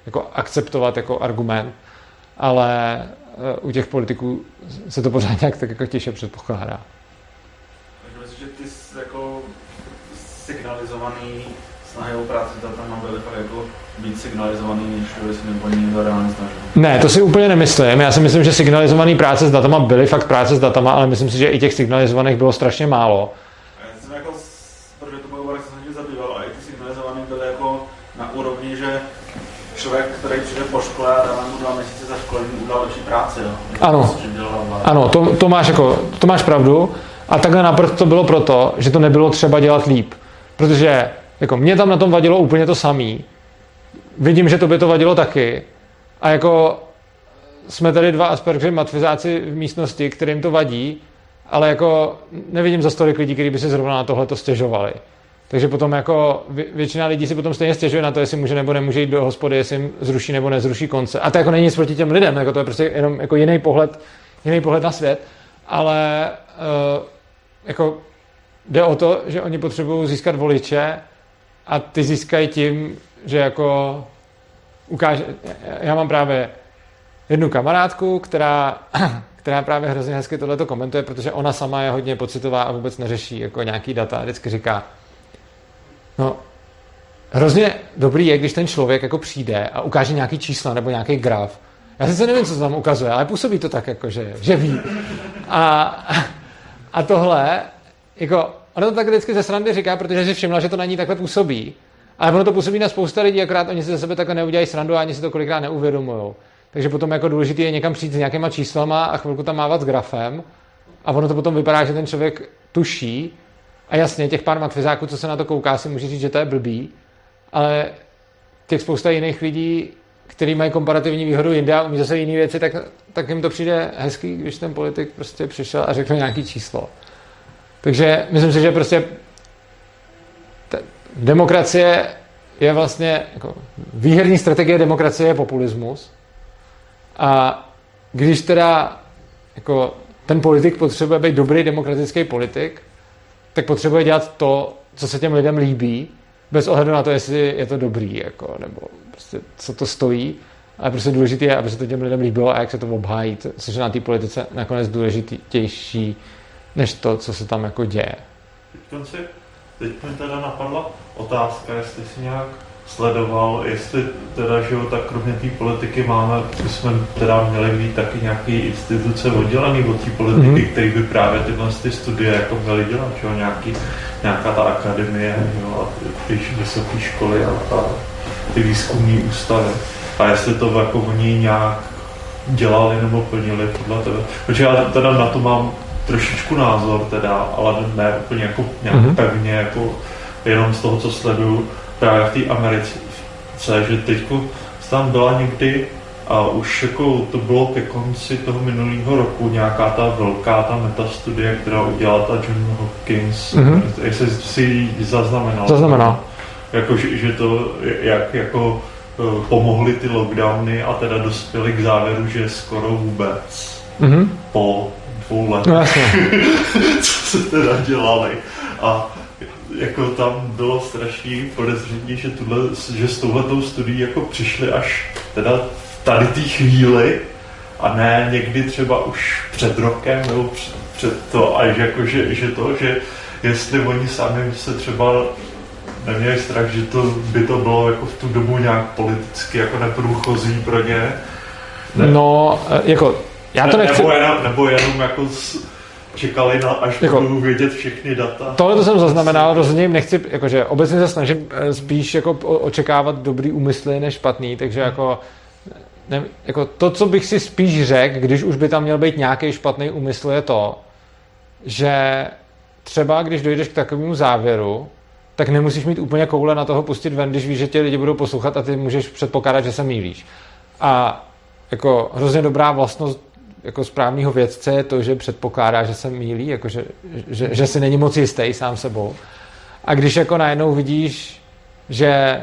jako akceptovat jako argument, ale u těch politiků se to pořád nějak tak jako těžce předpokládá. Takže myslím, že ty jako signalizovaný snahy o práci tam byly fakt jako být signalizovaný, než se nebo někdo reálně snažil. Ne, to si úplně nemyslím. Já si myslím, že signalizovaný práce s datama byly fakt práce s datama, ale myslím si, že i těch signalizovaných bylo strašně málo. Já jsem jako, protože to bylo, jak jsem se zabýval, a i ty signalizovaný byly jako na úrovni, že člověk, který přijde po škole a dává mu 2 měsíce za školení, udělal lepší práci. Jo? Ano, to máš pravdu. A takhle naprosto to bylo proto, že to nebylo třeba dělat líp. Protože jako mě tam na tom vadilo úplně to samý. Vidím, že tobě to vadilo taky. A jako jsme tady 2 Aspergeři matfizáci v místnosti, kterým to vadí, ale jako nevidím za tolik lidí, kteří by si zrovna na tohle to stěžovali. Takže potom jako většina lidí si potom stejně stěžuje na to, jestli může nebo nemůže jít do hospody, jestli jim zruší nebo nezruší konce. A to jako není nic proti těm lidem, jako to je prostě jenom jako jiný pohled na svět, ale jako jde o to, že oni potřebují získat voliče a ty získají tím, že jako ukáže. Já mám právě jednu kamarádku, která právě hrozně hezky tohleto komentuje, protože ona sama je hodně pocitová a vůbec neřeší jako nějaký data. Vždycky říká, no, hrozně dobrý je, když ten člověk jako přijde a ukáže nějaký čísla nebo nějaký graf. Já sice nevím, co tam ukazuje, ale působí to tak, jako, že ví. A tohle, jako, ona to tak vždycky ze srandy říká, protože si všimla, že to na ní takhle působí. Ale ono to působí na spousta lidí, akorát oni si ze sebe takhle neudělají srandu a ani si to kolikrát neuvědomujou. Takže potom jako důležité je někam přijít s nějakýma číslama a chvilku tam mávat s grafem. A ono to potom vypadá, že ten člověk tuší. A jasně, těch pár matfizáků, co se na to kouká, si může říct, že to je blbý. Ale těch spousta jiných lidí, kteří mají komparativní výhodu jinde a umí zase jiné věci, tak jim to přijde hezký, když ten politik prostě přišel a řekl nějaký číslo. Takže myslím si, že prostě demokracie je vlastně jako výherní strategie demokracie je populismus. A když teda jako ten politik potřebuje být dobrý demokratický politik, tak potřebuje dělat to, co se těm lidem líbí, bez ohledu na to, jestli je to dobrý, jako, nebo prostě co to stojí. Ale prostě důležité je, aby se to těm lidem líbilo a jak se to obhájí, což je na té politice nakonec důležitější, než to, co se tam jako děje. Teď mi teda napadla otázka, jestli jsi nějak sledoval, jestli teda, že jo, tak kromě té politiky jsme teda měli mít taky nějaké instituce oddělené od té politiky, které by právě tyhle studie jako měly dělat, že jo, nějaká ta akademie, jo, a ty vysoké školy a ty výzkumné ústavy. A jestli to jako oni nějak dělali nebo plnili podle tebe. Protože já teda na to mám trošičku názor teda, ale ne úplně jako nějak pevně, jako jenom z toho, co sleduju právě v té Americe, že teďko tam byla někdy a už jako to bylo ke konci toho minulého roku nějaká ta velká ta metastudie, která udělala ta John Hopkins, jestli si ji zaznamenal. Jako, že to jak jako pomohly ty lockdowny a teda dospěli k závěru, že skoro vůbec po 2 letech, no, co se teda dělali. A jako tam bylo strašný podezření, že s touhletou studií jako přišli až teda tady té chvíli a ne někdy třeba už před rokem nebo před to, až jako, že jestli oni sami se třeba neměli strach, že by to bylo jako v tu dobu nějak politicky jako neprůchozí pro ně. Ne. No, jako já to nechci... Nebo jenom jako čekali až jako, budu vědět všechny data. Tohle to jsem zaznamenal, rozhodně jim nechci, jakože obecně se snažím spíš jako očekávat dobrý úmysly než špatný, takže jako to, co bych si spíš řekl, když už by tam měl být nějaký špatný úmysl, je to, že třeba když dojdeš k takovému závěru, tak nemusíš mít úplně koule na toho pustit ven, když víš, že tě lidi budou poslouchat a ty můžeš předpokládat, že se mýlíš. A jako hrozně dobrá vlastnost jako správného vědce je to, že předpokládá, že se mýlí, jako že si není moc jistý sám sebou. A když jako najednou vidíš, že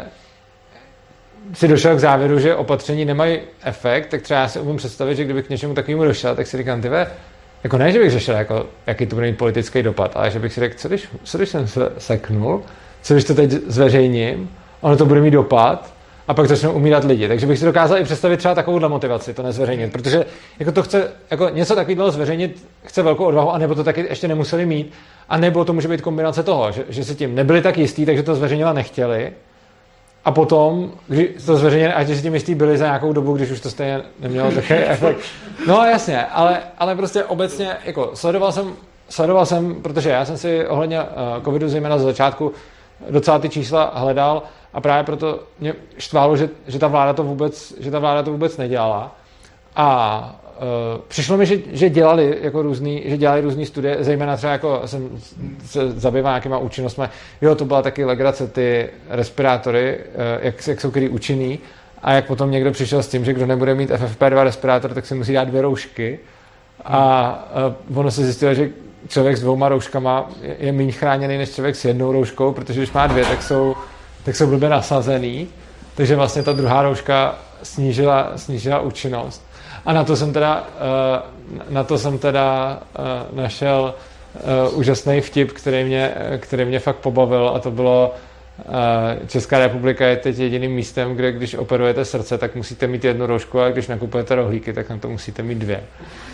si došel k závěru, že opatření nemají efekt, tak třeba já si umím představit, že kdybych k něčemu takovému došel, tak si říkám, jako ne, že bych řešil, jako, jaký to bude mít politický dopad, ale že bych si řekl, co když jsem se seknul, co když to teď zveřejním, ono to bude mít dopad a pak začnou umírat lidi. Takže bych si dokázal i představit třeba takovouhle motivaci, to nezveřejnit, protože jako to chce, jako něco takového zveřejnit chce velkou odvahu, anebo to taky ještě nemuseli mít, anebo to může být kombinace toho, že si tím nebyli tak jistí, takže to zveřejňovat nechtěli. A potom, když to zveřejněli, ať si tím jistí byli za nějakou dobu, když už to stejně nemělo takový efekt. No jasně, ale prostě obecně, jako sledoval jsem, protože já jsem si ohledně covidu zejména z začátku docela ty čísla hledal a právě proto mě štválo, že ta vláda to vůbec nedělala. A přišlo mi, že dělali různý studie, zejména třeba jako jsem se zabýval nějakýma účinnostmi. Jo, to byla taky legrace, ty respirátory, jak jsou který účinný a jak potom někdo přišel s tím, že kdo nebude mít FFP2 respirátor, tak si musí dát 2 roušky. A ono se zjistilo, že člověk s 2 rouškama je méně chráněný než člověk s 1 rouškou, protože když má 2, tak jsou blbě nasazený. Takže vlastně ta druhá rouška snížila účinnost. A na to jsem teda našel úžasný vtip, který mě fakt pobavil, a to bylo Česká republika je teď jediným místem, kde když operujete srdce, tak musíte mít 1 roušku, a když nakupujete rohlíky, tak na to musíte mít 2.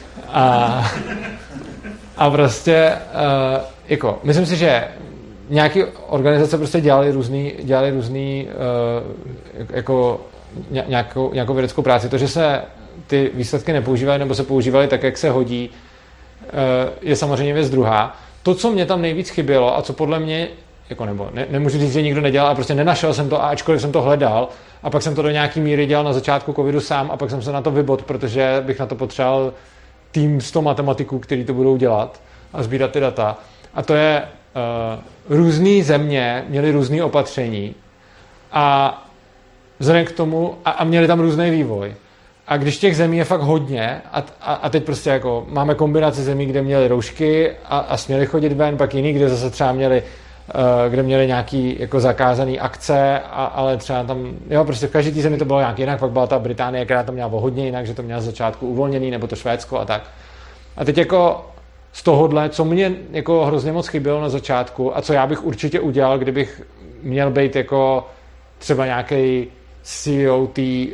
A prostě jako, myslím si, že nějaké organizace prostě dělali různý jako nějakou vědeckou práci. To, že se ty výsledky nepoužívají nebo se používaly tak, jak se hodí, je samozřejmě věc druhá. To, co mě tam nejvíc chybělo a co podle mě, jako nemůžu říct, že nikdo nedělal, a prostě nenašel jsem to, ačkoliv jsem to hledal, a pak jsem to do nějaký míry dělal na začátku covidu sám a pak jsem se na to vybodl, protože bych na to potřeboval tým 100 matematiků, kteří to budou dělat a sbírat ty data. A to je, různý země měly různý opatření a vzhledem k tomu, a měli tam různý vývoj. A když těch zemí je fakt hodně a teď prostě jako máme kombinaci zemí, kde měli roušky a směli chodit ven, pak jiný, kde zase třeba kde měli nějaký jako zakázaný akce, ale třeba tam, jo, prostě v každé té zemi to bylo nějak jinak, pak byla ta Británie, která to měla o hodně jinak, že to měla z začátku uvolněný, nebo to Švédsko a tak. A teď jako z tohohle, co mě jako hrozně moc chybělo na začátku a co já bych určitě udělal, kdybych měl být jako třeba nějaký CEO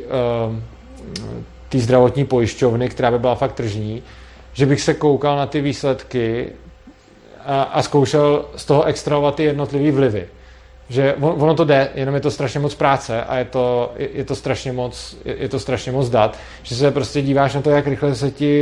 té zdravotní pojišťovny, která by byla fakt tržní, že bych se koukal na ty výsledky a zkoušel z toho extrahovat ty jednotlivý vlivy. Že ono to jde, jenom je to strašně moc práce a je to strašně moc dat, že se prostě díváš na to, jak rychle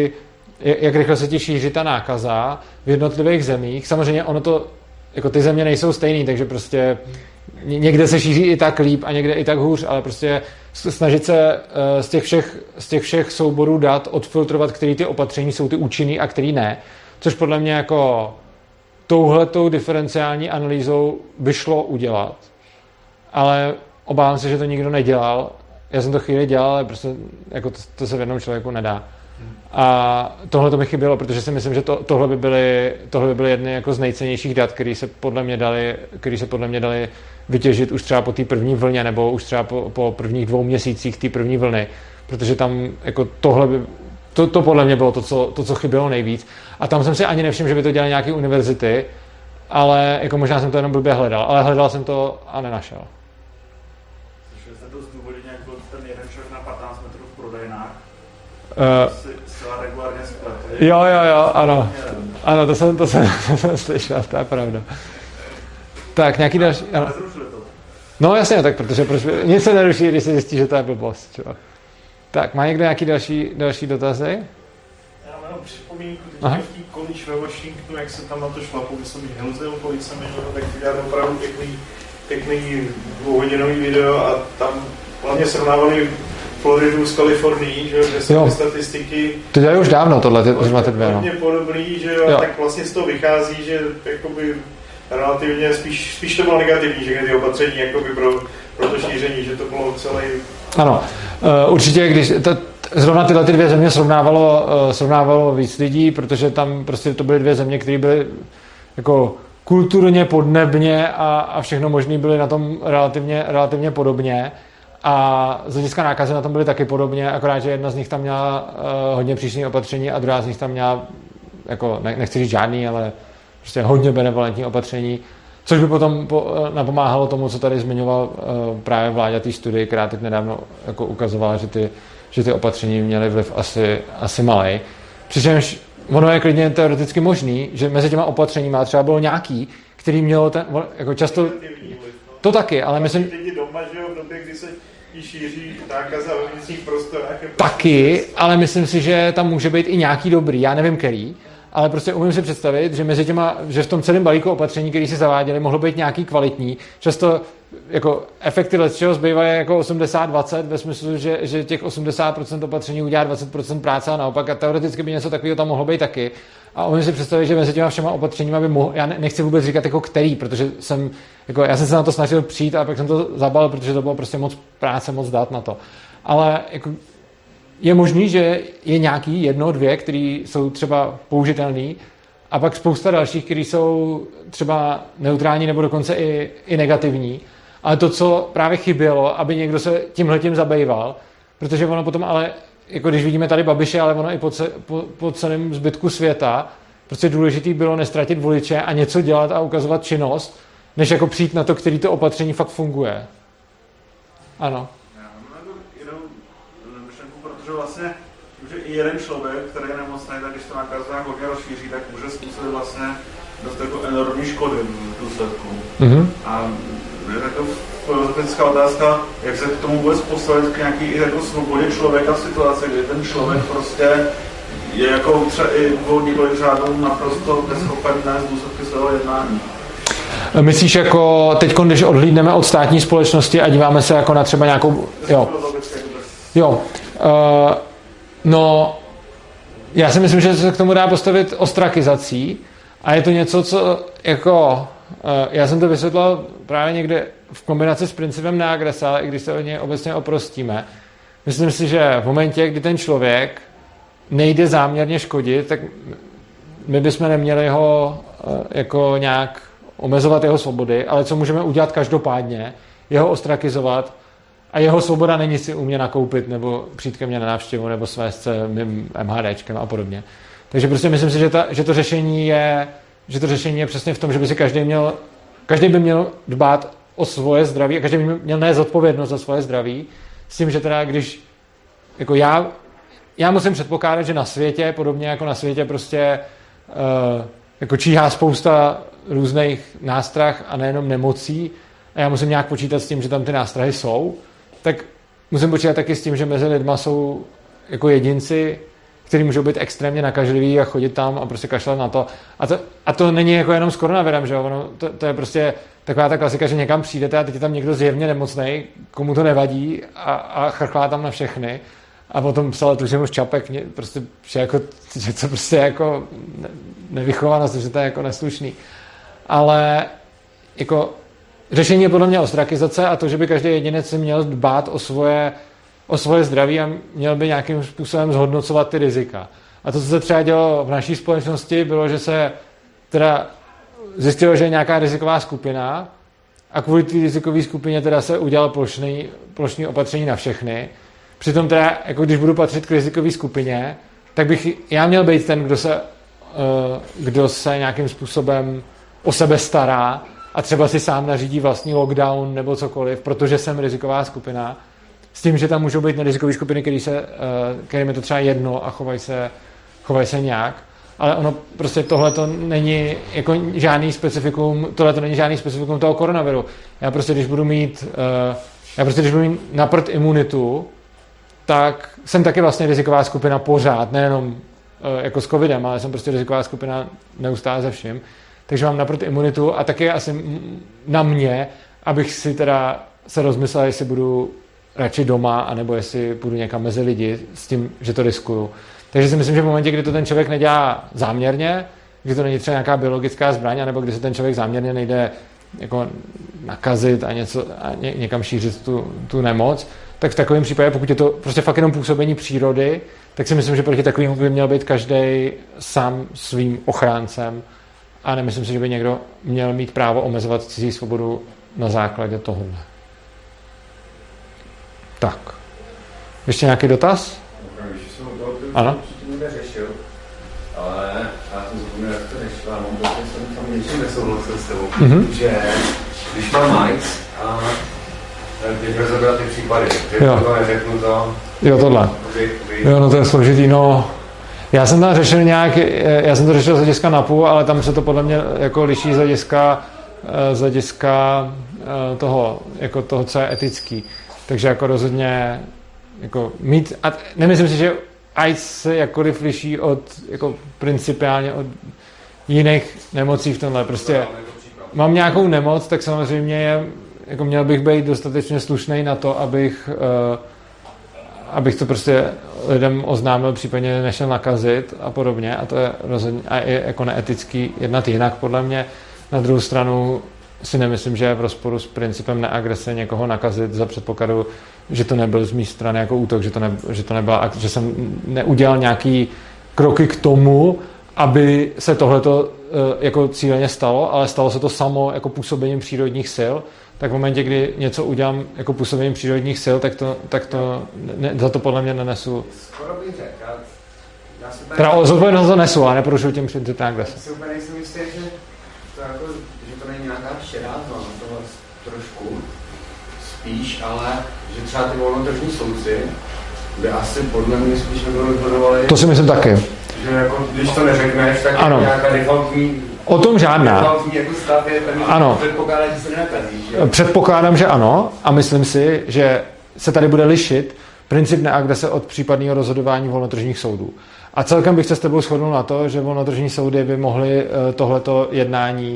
se ti šíří ta nákaza v jednotlivých zemích. Samozřejmě ono to, jako ty země nejsou stejný, takže prostě někde se šíří i tak líp a někde i tak hůř, ale prostě snažit se z těch všech souborů dat odfiltrovat, který ty opatření jsou ty účinný a který ne, což podle mě jako touhletou diferenciální analýzou by šlo udělat. Ale obávám se, že to nikdo nedělal. Já jsem to chvíli dělal, ale prostě jako to se v jednom člověku nedá. A tohle to mi chybělo, protože si myslím, že tohle by byly jedny jako z nejcennějších dat, které se podle mě dali vytěžit už třeba po té první vlně nebo už třeba po prvních 2 měsících té první vlny, protože tam jako tohle by to podle mě bylo to, co chybělo nejvíc. A tam jsem si ani nevšiml, že by to dělali nějaké univerzity, ale jako možná jsem to jenom blbě hledal, ale hledal jsem to a nenašel. Slyšeli jste to zdůvodit, jak byl ten jeden člověk na 15 metrů v prodejnách? Zcela regulárně splet. Jo, ano. Ano, to jsem slyšel, to je pravda. Tak, nějaký další... Nezrušili to? No jasně, tak protože nic se neruší, když se zjistí, že to je blbost. Čo? Tak, má někdo nějaký další dotazy? Já mám připomínku, teď v té college ve Washingtonu, jak se tam na to šlapu, když jsem Hillsdale policemi, tak dělali opravdu pěkný 2hodinový video a tam hlavně srovnávali Floridu s Kalifornií, že jsou ty statistiky. To dělají už dávno, tohle ty dvě. Hodně podobný, že jo, tak vlastně z toho vychází, že jakoby relativně spíš to bylo negativní, že ty opatření jakoby pro to šíření, že to bylo celé. Ano, určitě, když zrovna tyhle ty 2 země srovnávalo víc lidí, protože tam prostě to byly 2 země, které byly jako kulturně, podnebně a všechno možné byly na tom relativně podobně. A z hlediska nákazy na tom byly taky podobně, akorát, že jedna z nich tam měla hodně přísné opatření a druhá z nich tam měla, jako nechci říct žádný, ale prostě hodně benevolentní opatření. Což by potom napomáhalo tomu, co tady zmiňoval právě Vláďa té studii, která teď nedávno jako ukazovala, že ty opatření měly vliv asi malej. Přičemž ono je klidně teoreticky možný, že mezi těma opatřeníma třeba bylo nějaký, který mělo ten, jako často... To taky, ale myslím... Lidi doma, že jo, v době, kdy se šíří nákaza ve vnitřních prostorách. Taky, ale myslím si, že tam může být i nějaký dobrý, já nevím který, ale prostě umím si představit, že mezi těma, že v tom celém balíku opatření, který si zaváděli, mohlo být nějaký kvalitní. Často jako efekty lecčeho zbývají jako 80-20 ve smyslu, že těch 80% opatření udělá 20% práce a naopak a teoreticky by něco takového tam mohlo být taky. A umím si představit, že mezi těma všema opatřeníma by mohl, já nechci vůbec říkat jako který, protože já jsem se na to snažil přijít a pak jsem to zabal, protože to bylo prostě moc práce, moc dát na to. Ale jako je možný, že je nějaký 1, 2, který jsou třeba použitelný a pak spousta dalších, který jsou třeba neutrální nebo dokonce i negativní. Ale to, co právě chybělo, aby někdo se tímhletím zabýval, protože ono potom ale, jako když vidíme tady Babiše, ale ono i po celém zbytku světa, prostě důležitý bylo nestratit voliče a něco dělat a ukazovat činnost, než jako přijít na to, který to opatření fakt funguje. Ano. Protože vlastně, že i jeden člověk, který je nemocný, tak když to nákazu nějak hodně rozšíří, tak může způsobit vlastně dost jako enormní škody v důsledku. Mm-hmm. A je jako filozofická otázka, jak se k tomu vůbec postavit k nějaký jako svobodě člověka v situaci, kdy ten člověk prostě je jako třeba i dvou několik řádů naprosto neschopen nést důsledky svého jednání. Myslíš jako teď, když odhlídneme od státní společnosti a díváme se jako na třeba nějakou... Jo. No, já si myslím, že se k tomu dá postavit ostrakizací a je to něco, co jako... já jsem to vysvětlil právě někde v kombinaci s principem neagrese, ale i když se od něj obecně oprostíme. Myslím si, že v momentě, kdy ten člověk nejde záměrně škodit, tak my bychom neměli ho jako nějak omezovat jeho svobody, ale co můžeme udělat každopádně, jeho ostrakizovat a jeho svoboda není si u mě nakoupit nebo přijít ke mně na návštěvu nebo svést se mým MHDčkem a podobně. Takže prostě myslím si, že to řešení je přesně v tom, že by si každý by měl dbát o svoje zdraví a každý by měl nést zodpovědnost za svoje zdraví s tím, že teda když jako já musím předpokládat, že na světě, podobně jako na světě prostě jako číhá spousta různých nástrah a nejenom nemocí a já musím nějak počítat s tím, že tam ty nástrahy jsou, tak musím počítat taky s tím, že mezi lidma jsou jako jedinci, kteří můžou být extrémně nakažliví a chodit tam a prostě kašlat na to. A to není jako jenom s koronavirem, že jo? To je prostě taková ta klasika, že někam přijdete a teď je tam někdo zjevně nemocnej, komu to nevadí a chrchlá tam na všechny. A potom psala tužím už Čapek, prostě, že to prostě jako nevychovanost, že to je jako neslušný. Ale jako řešení je podle mě ostrakizace a to, že by každý jedinec si měl dbát o svoje zdraví a měl by nějakým způsobem zhodnocovat ty rizika. A to, co se třeba dělo v naší společnosti, bylo, že se teda zjistilo, že je nějaká riziková skupina a kvůli té rizikové skupině teda se udělalo plošné opatření na všechny. Přitom teda, jako když budu patřit k rizikové skupině, tak bych já měl být ten, kdo se nějakým způsobem o sebe stará a třeba si sám nařídí vlastní lockdown nebo cokoliv, protože jsem riziková skupina. S tím, že tam můžou být nerizikové skupiny, kterým je to třeba jedno a chovají se nějak. Ale ono prostě tohleto není jako žádný specifikum, toho koronaviru. Já prostě, když budu mít na prd imunitu, tak jsem taky vlastně riziková skupina pořád, nejenom jako s covidem, ale jsem prostě riziková skupina neustále ze vším. Takže mám na prd imunitu a taky asi na mě, abych si teda se rozmyslel, jestli budu radši doma, anebo jestli půjdu někam mezi lidi s tím, že to riskuju. Takže si myslím, že v momentě, kdy to ten člověk nedělá záměrně, kdy to není třeba nějaká biologická zbraň, nebo kdy se ten člověk záměrně nejde jako nakazit a někam šířit tu nemoc, tak v takovém případě, pokud je to prostě fakt jenom působení přírody, tak si myslím, že proti takovému by měl být každý sám svým ochráncem a nemyslím si, že by někdo měl mít právo omezovat cizí svobodu na základě tohohle. Tak. Ještě nějaký dotaz? Když jsem to ano? neřešil, ale já jsem zapomněl, jak to nešlo, mám protože jsem tam něčím nesouhlasil s tebou, že když mám majc a teď rozhodla ty případy, že to neřeknu to. Jo, tohle. Jo, no to je složitý, no. Já jsem tam řešil já jsem to řešil z hlediska NAPu, ale tam se to podle mě jako liší z hlediska toho, jako toho, co je etický. Takže jako rozhodně jako mít, a nemyslím si, že AIDS se jakkoliv liší jako principiálně od jiných nemocí v tomhle. Prostě mám nějakou nemoc, tak samozřejmě jako měl bych být dostatečně slušnej na to, abych to prostě lidem oznámil, případně nešel nakazit a podobně. A to je rozhodně a je jako neetický jednat jinak podle mě. Na druhou stranu si nemyslím, že je v rozporu s principem neagrese někoho nakazit za předpokladu, že to nebyl z mé strany jako útok, že jsem neudělal nějaký kroky k tomu, aby se tohleto jako cíleně stalo, ale stalo se to samo jako působením přírodních sil, tak v momentě, kdy něco udělám jako působením přírodních sil, tak to za to podle mě nenesu. Skoro bych řekl, teda zodpovědnost to nesu, ale neporušuji tím principem agrese. Si úplně nejsem jistý, že to není nějaká šedá zóna, toho trošku spíš, ale že třeba ty volnotržní soudci by asi podle mě spíš rozhodovali. To si myslím taky. Že jako, když to neřekneš, tak ano. Je nějaká defaultní. O tom žádná. Defaultní jako stav je ten, ano. Předpokládá, že se nenakazí. Že? Předpokládám, že ano, a myslím si, že se tady bude lišit princip neagrese od případného rozhodování volnotržních soudů. A celkem bych se s tebou shodnul na to, že volnotržní soudy by mohly tohleto jednání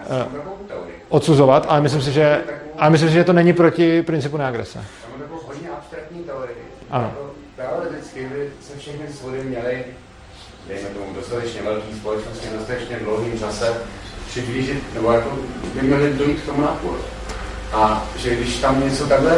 odsuzovat, ale myslím si, že to není proti principu neagrese. Tam je takovou hodně abstraktní teorii. Ano. Teoreticky by se všechny soudy měly, dejme tomu dostatečně velký společnosti, dostatečně dlouhým čase přiblížit, nebo jako by měli dojít k tomu náporu. A že když tam něco takhle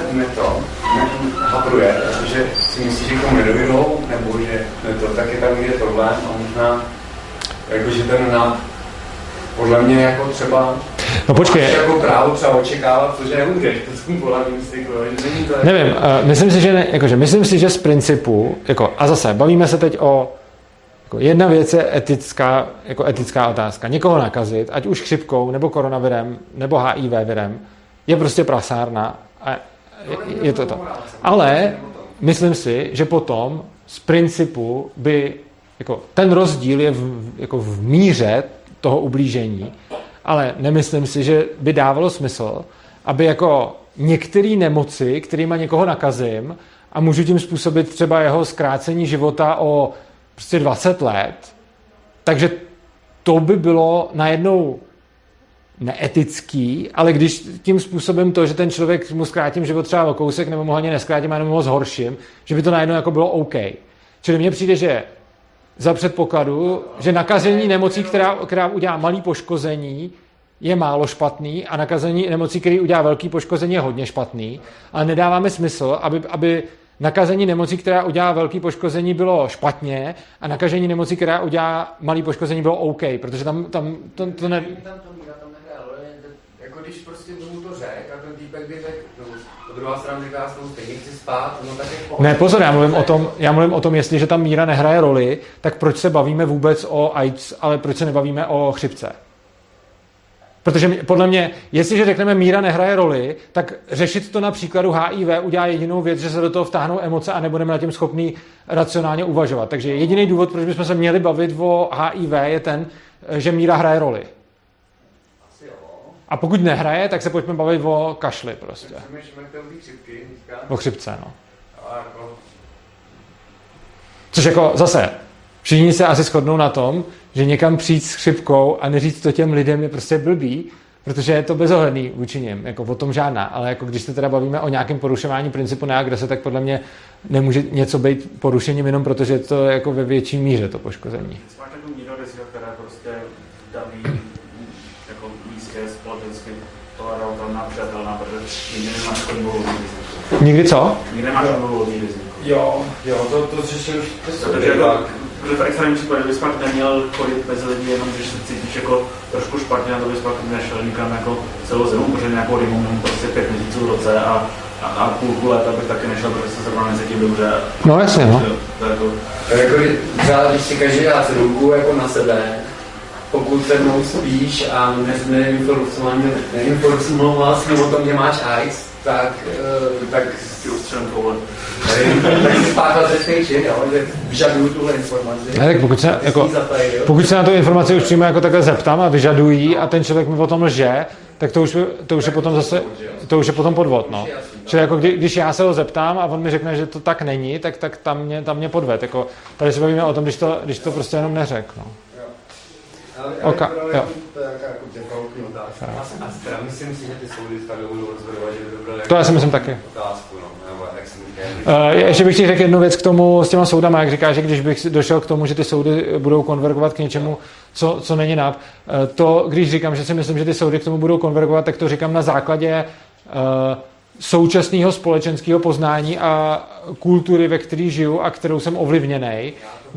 hapruje, že si myslí, že k tomu nedojdou, nebo že tak je tam někde problém a možná jakože ten podle mě jako třeba no počkej. Máš jako právo třeba očekávat, protože nemůžeš, to s tím pohledním styku, že není to... Nevím, myslím si, že z principu, jako, a zase, bavíme se teď o, jako jedna věc je etická otázka. Někoho nakazit, ať už chřipkou, nebo koronavirem, nebo HIV virem, je prostě prasárna a je to. Ale myslím si, že potom z principu by, jako, ten rozdíl je v míře toho ublížení, ale nemyslím si, že by dávalo smysl, aby jako některé nemoci, kterýma někoho nakazím a můžu tím způsobit třeba jeho zkrácení života o prostě 20 let, takže to by bylo najednou neetický, ale když tím způsobem to, že ten člověk mu zkrátím život třeba o kousek, nebo mu ani neskrátím, jenom ho zhorším, že by to najednou jako bylo OK. Čili mně přijde, že za předpokladu, že nakazení nemocí, která udělá malý poškození, je málo špatný a nakazení nemocí, který udělá velký poškození, je hodně špatný, ale nedáváme smysl, aby nakazení nemocí, která udělá velký poškození, bylo špatně a nakazení nemocí, která udělá malý poškození, bylo OK, protože tam to ne... Jako když prostě mu to řek a ten týpek by řekl, no, druhá strana říká, s tou stejně chci spát, no tak je Ne, pozor, já mluvím o tom, jestliže tam míra nehraje roli, tak proč se bavíme vůbec o AIDS, ale proč se nebavíme o chřipce? Protože podle mě, jestliže řekneme míra nehraje roli, tak řešit to na příkladu HIV udělá jedinou věc, že se do toho vtáhnou emoce a nebudeme na tím schopný racionálně uvažovat. Takže jediný důvod, proč bychom se měli bavit o HIV, je ten, že míra hraje roli. A pokud nehraje, tak se pojďme bavit o kašli prostě. O chřipce, no. Což jako zase, všichni se asi shodnou na tom, že někam přijít s chřipkou a neříct to těm lidem je prostě blbý, protože je to bezohledný vůči nim, jako o tom žádná. Ale jako když se teda bavíme o nějakém porušování principu neagrese, tak podle mě nemůže něco být porušením jenom protože to je jako ve větší míře to poškození. Máš takovou míru rizika, která prostě daný jako blízké, společensky tolerovatelná, přijatelná, protože nikdy nemáš škodlivou riziko. Nikdy co? Nikdy nemáš škodlivou riziko. Jo, to řešil už protože v extrémním případě bys pak neměl chodit mezi lidi, jenom když se cítíš jako trošku špatně, a to bys pak nešel nikam jako celou zimu, protože nějakou rimu prostě 5 měsíců v roce a A půlku léta bych taky nešel, protože se zrovna necítím dobře. No jasně, no. Jako třeba, když si každý dá cedulku jako na sebe, pokud se mnou spíš a neinformoval jsi o tom, že máš AIDS, tak ti ustřelím koule. Tak si spáchal trestný čin, že vyžaduju tuhle informaci. Ne, tak pokud se na tu informaci už přímo jako takhle zeptám a vyžadují a ten člověk mi o tom lže, tak to už je potom zase, to už je potom podvod, no. Čili jako když já se ho zeptám a on mi řekne, že to tak není, tak tam mě podved. Jako, tady se bavíme o tom, když to prostě jenom neřek, no. Ale to je jako těkovky otázka. A myslím si, že ty soudy tady budou rozhodovat, že by to to já si myslím taky. Otázku, no. Ještě bych ti řekl jednu věc k tomu s těma soudama, jak říkáš, že když bych došel k tomu, že ty soudy budou konvergovat k něčemu, co není NAP, to, když říkám, že si myslím, že ty soudy k tomu budou konvergovat, tak to říkám na základě současného společenského poznání a kultury, ve které žiju a kterou jsem ovlivněnej,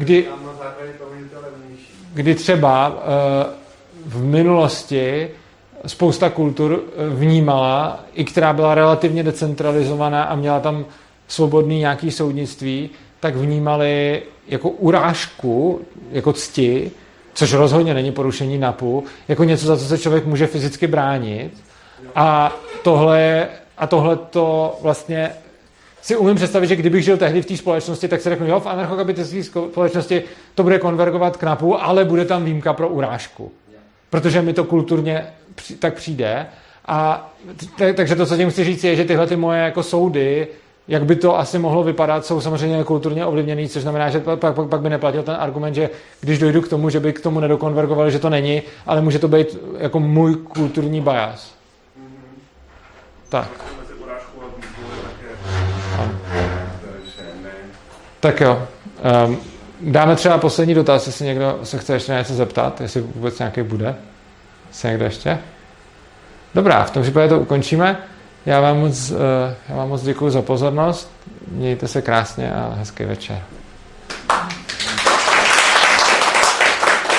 kdy třeba v minulosti spousta kultur vnímala, i která byla relativně decentralizovaná a měla tam svobodný nějaký soudnictví, tak vnímali jako urážku, jako cti, což rozhodně není porušení NAPu, jako něco, za co se člověk může fyzicky bránit. A tohle to vlastně si umím představit, že kdybych žil tehdy v té společnosti, tak si řeknu, jo, v anarchokapitalistické společnosti to bude konvergovat k NAPu, ale bude tam výjimka pro urážku. Protože mi to kulturně tak přijde. A takže to, co tím chci říct, je, že tyhle ty moje jako soudy, jak by to asi mohlo vypadat, jsou samozřejmě kulturně ovlivněný, což znamená, že pak by neplatil ten argument, že když dojdu k tomu, že by k tomu nedokonvergovali, že to není, ale může to být jako můj kulturní bias. Tak. Tak jo. Dáme třeba poslední dotaz, jestli někdo se chce ještě něco zeptat, jestli vůbec nějaký bude. Jestli někdo ještě? Dobrá, v tom případě to ukončíme. Já vám moc děkuji za pozornost. Mějte se krásně a hezký večer.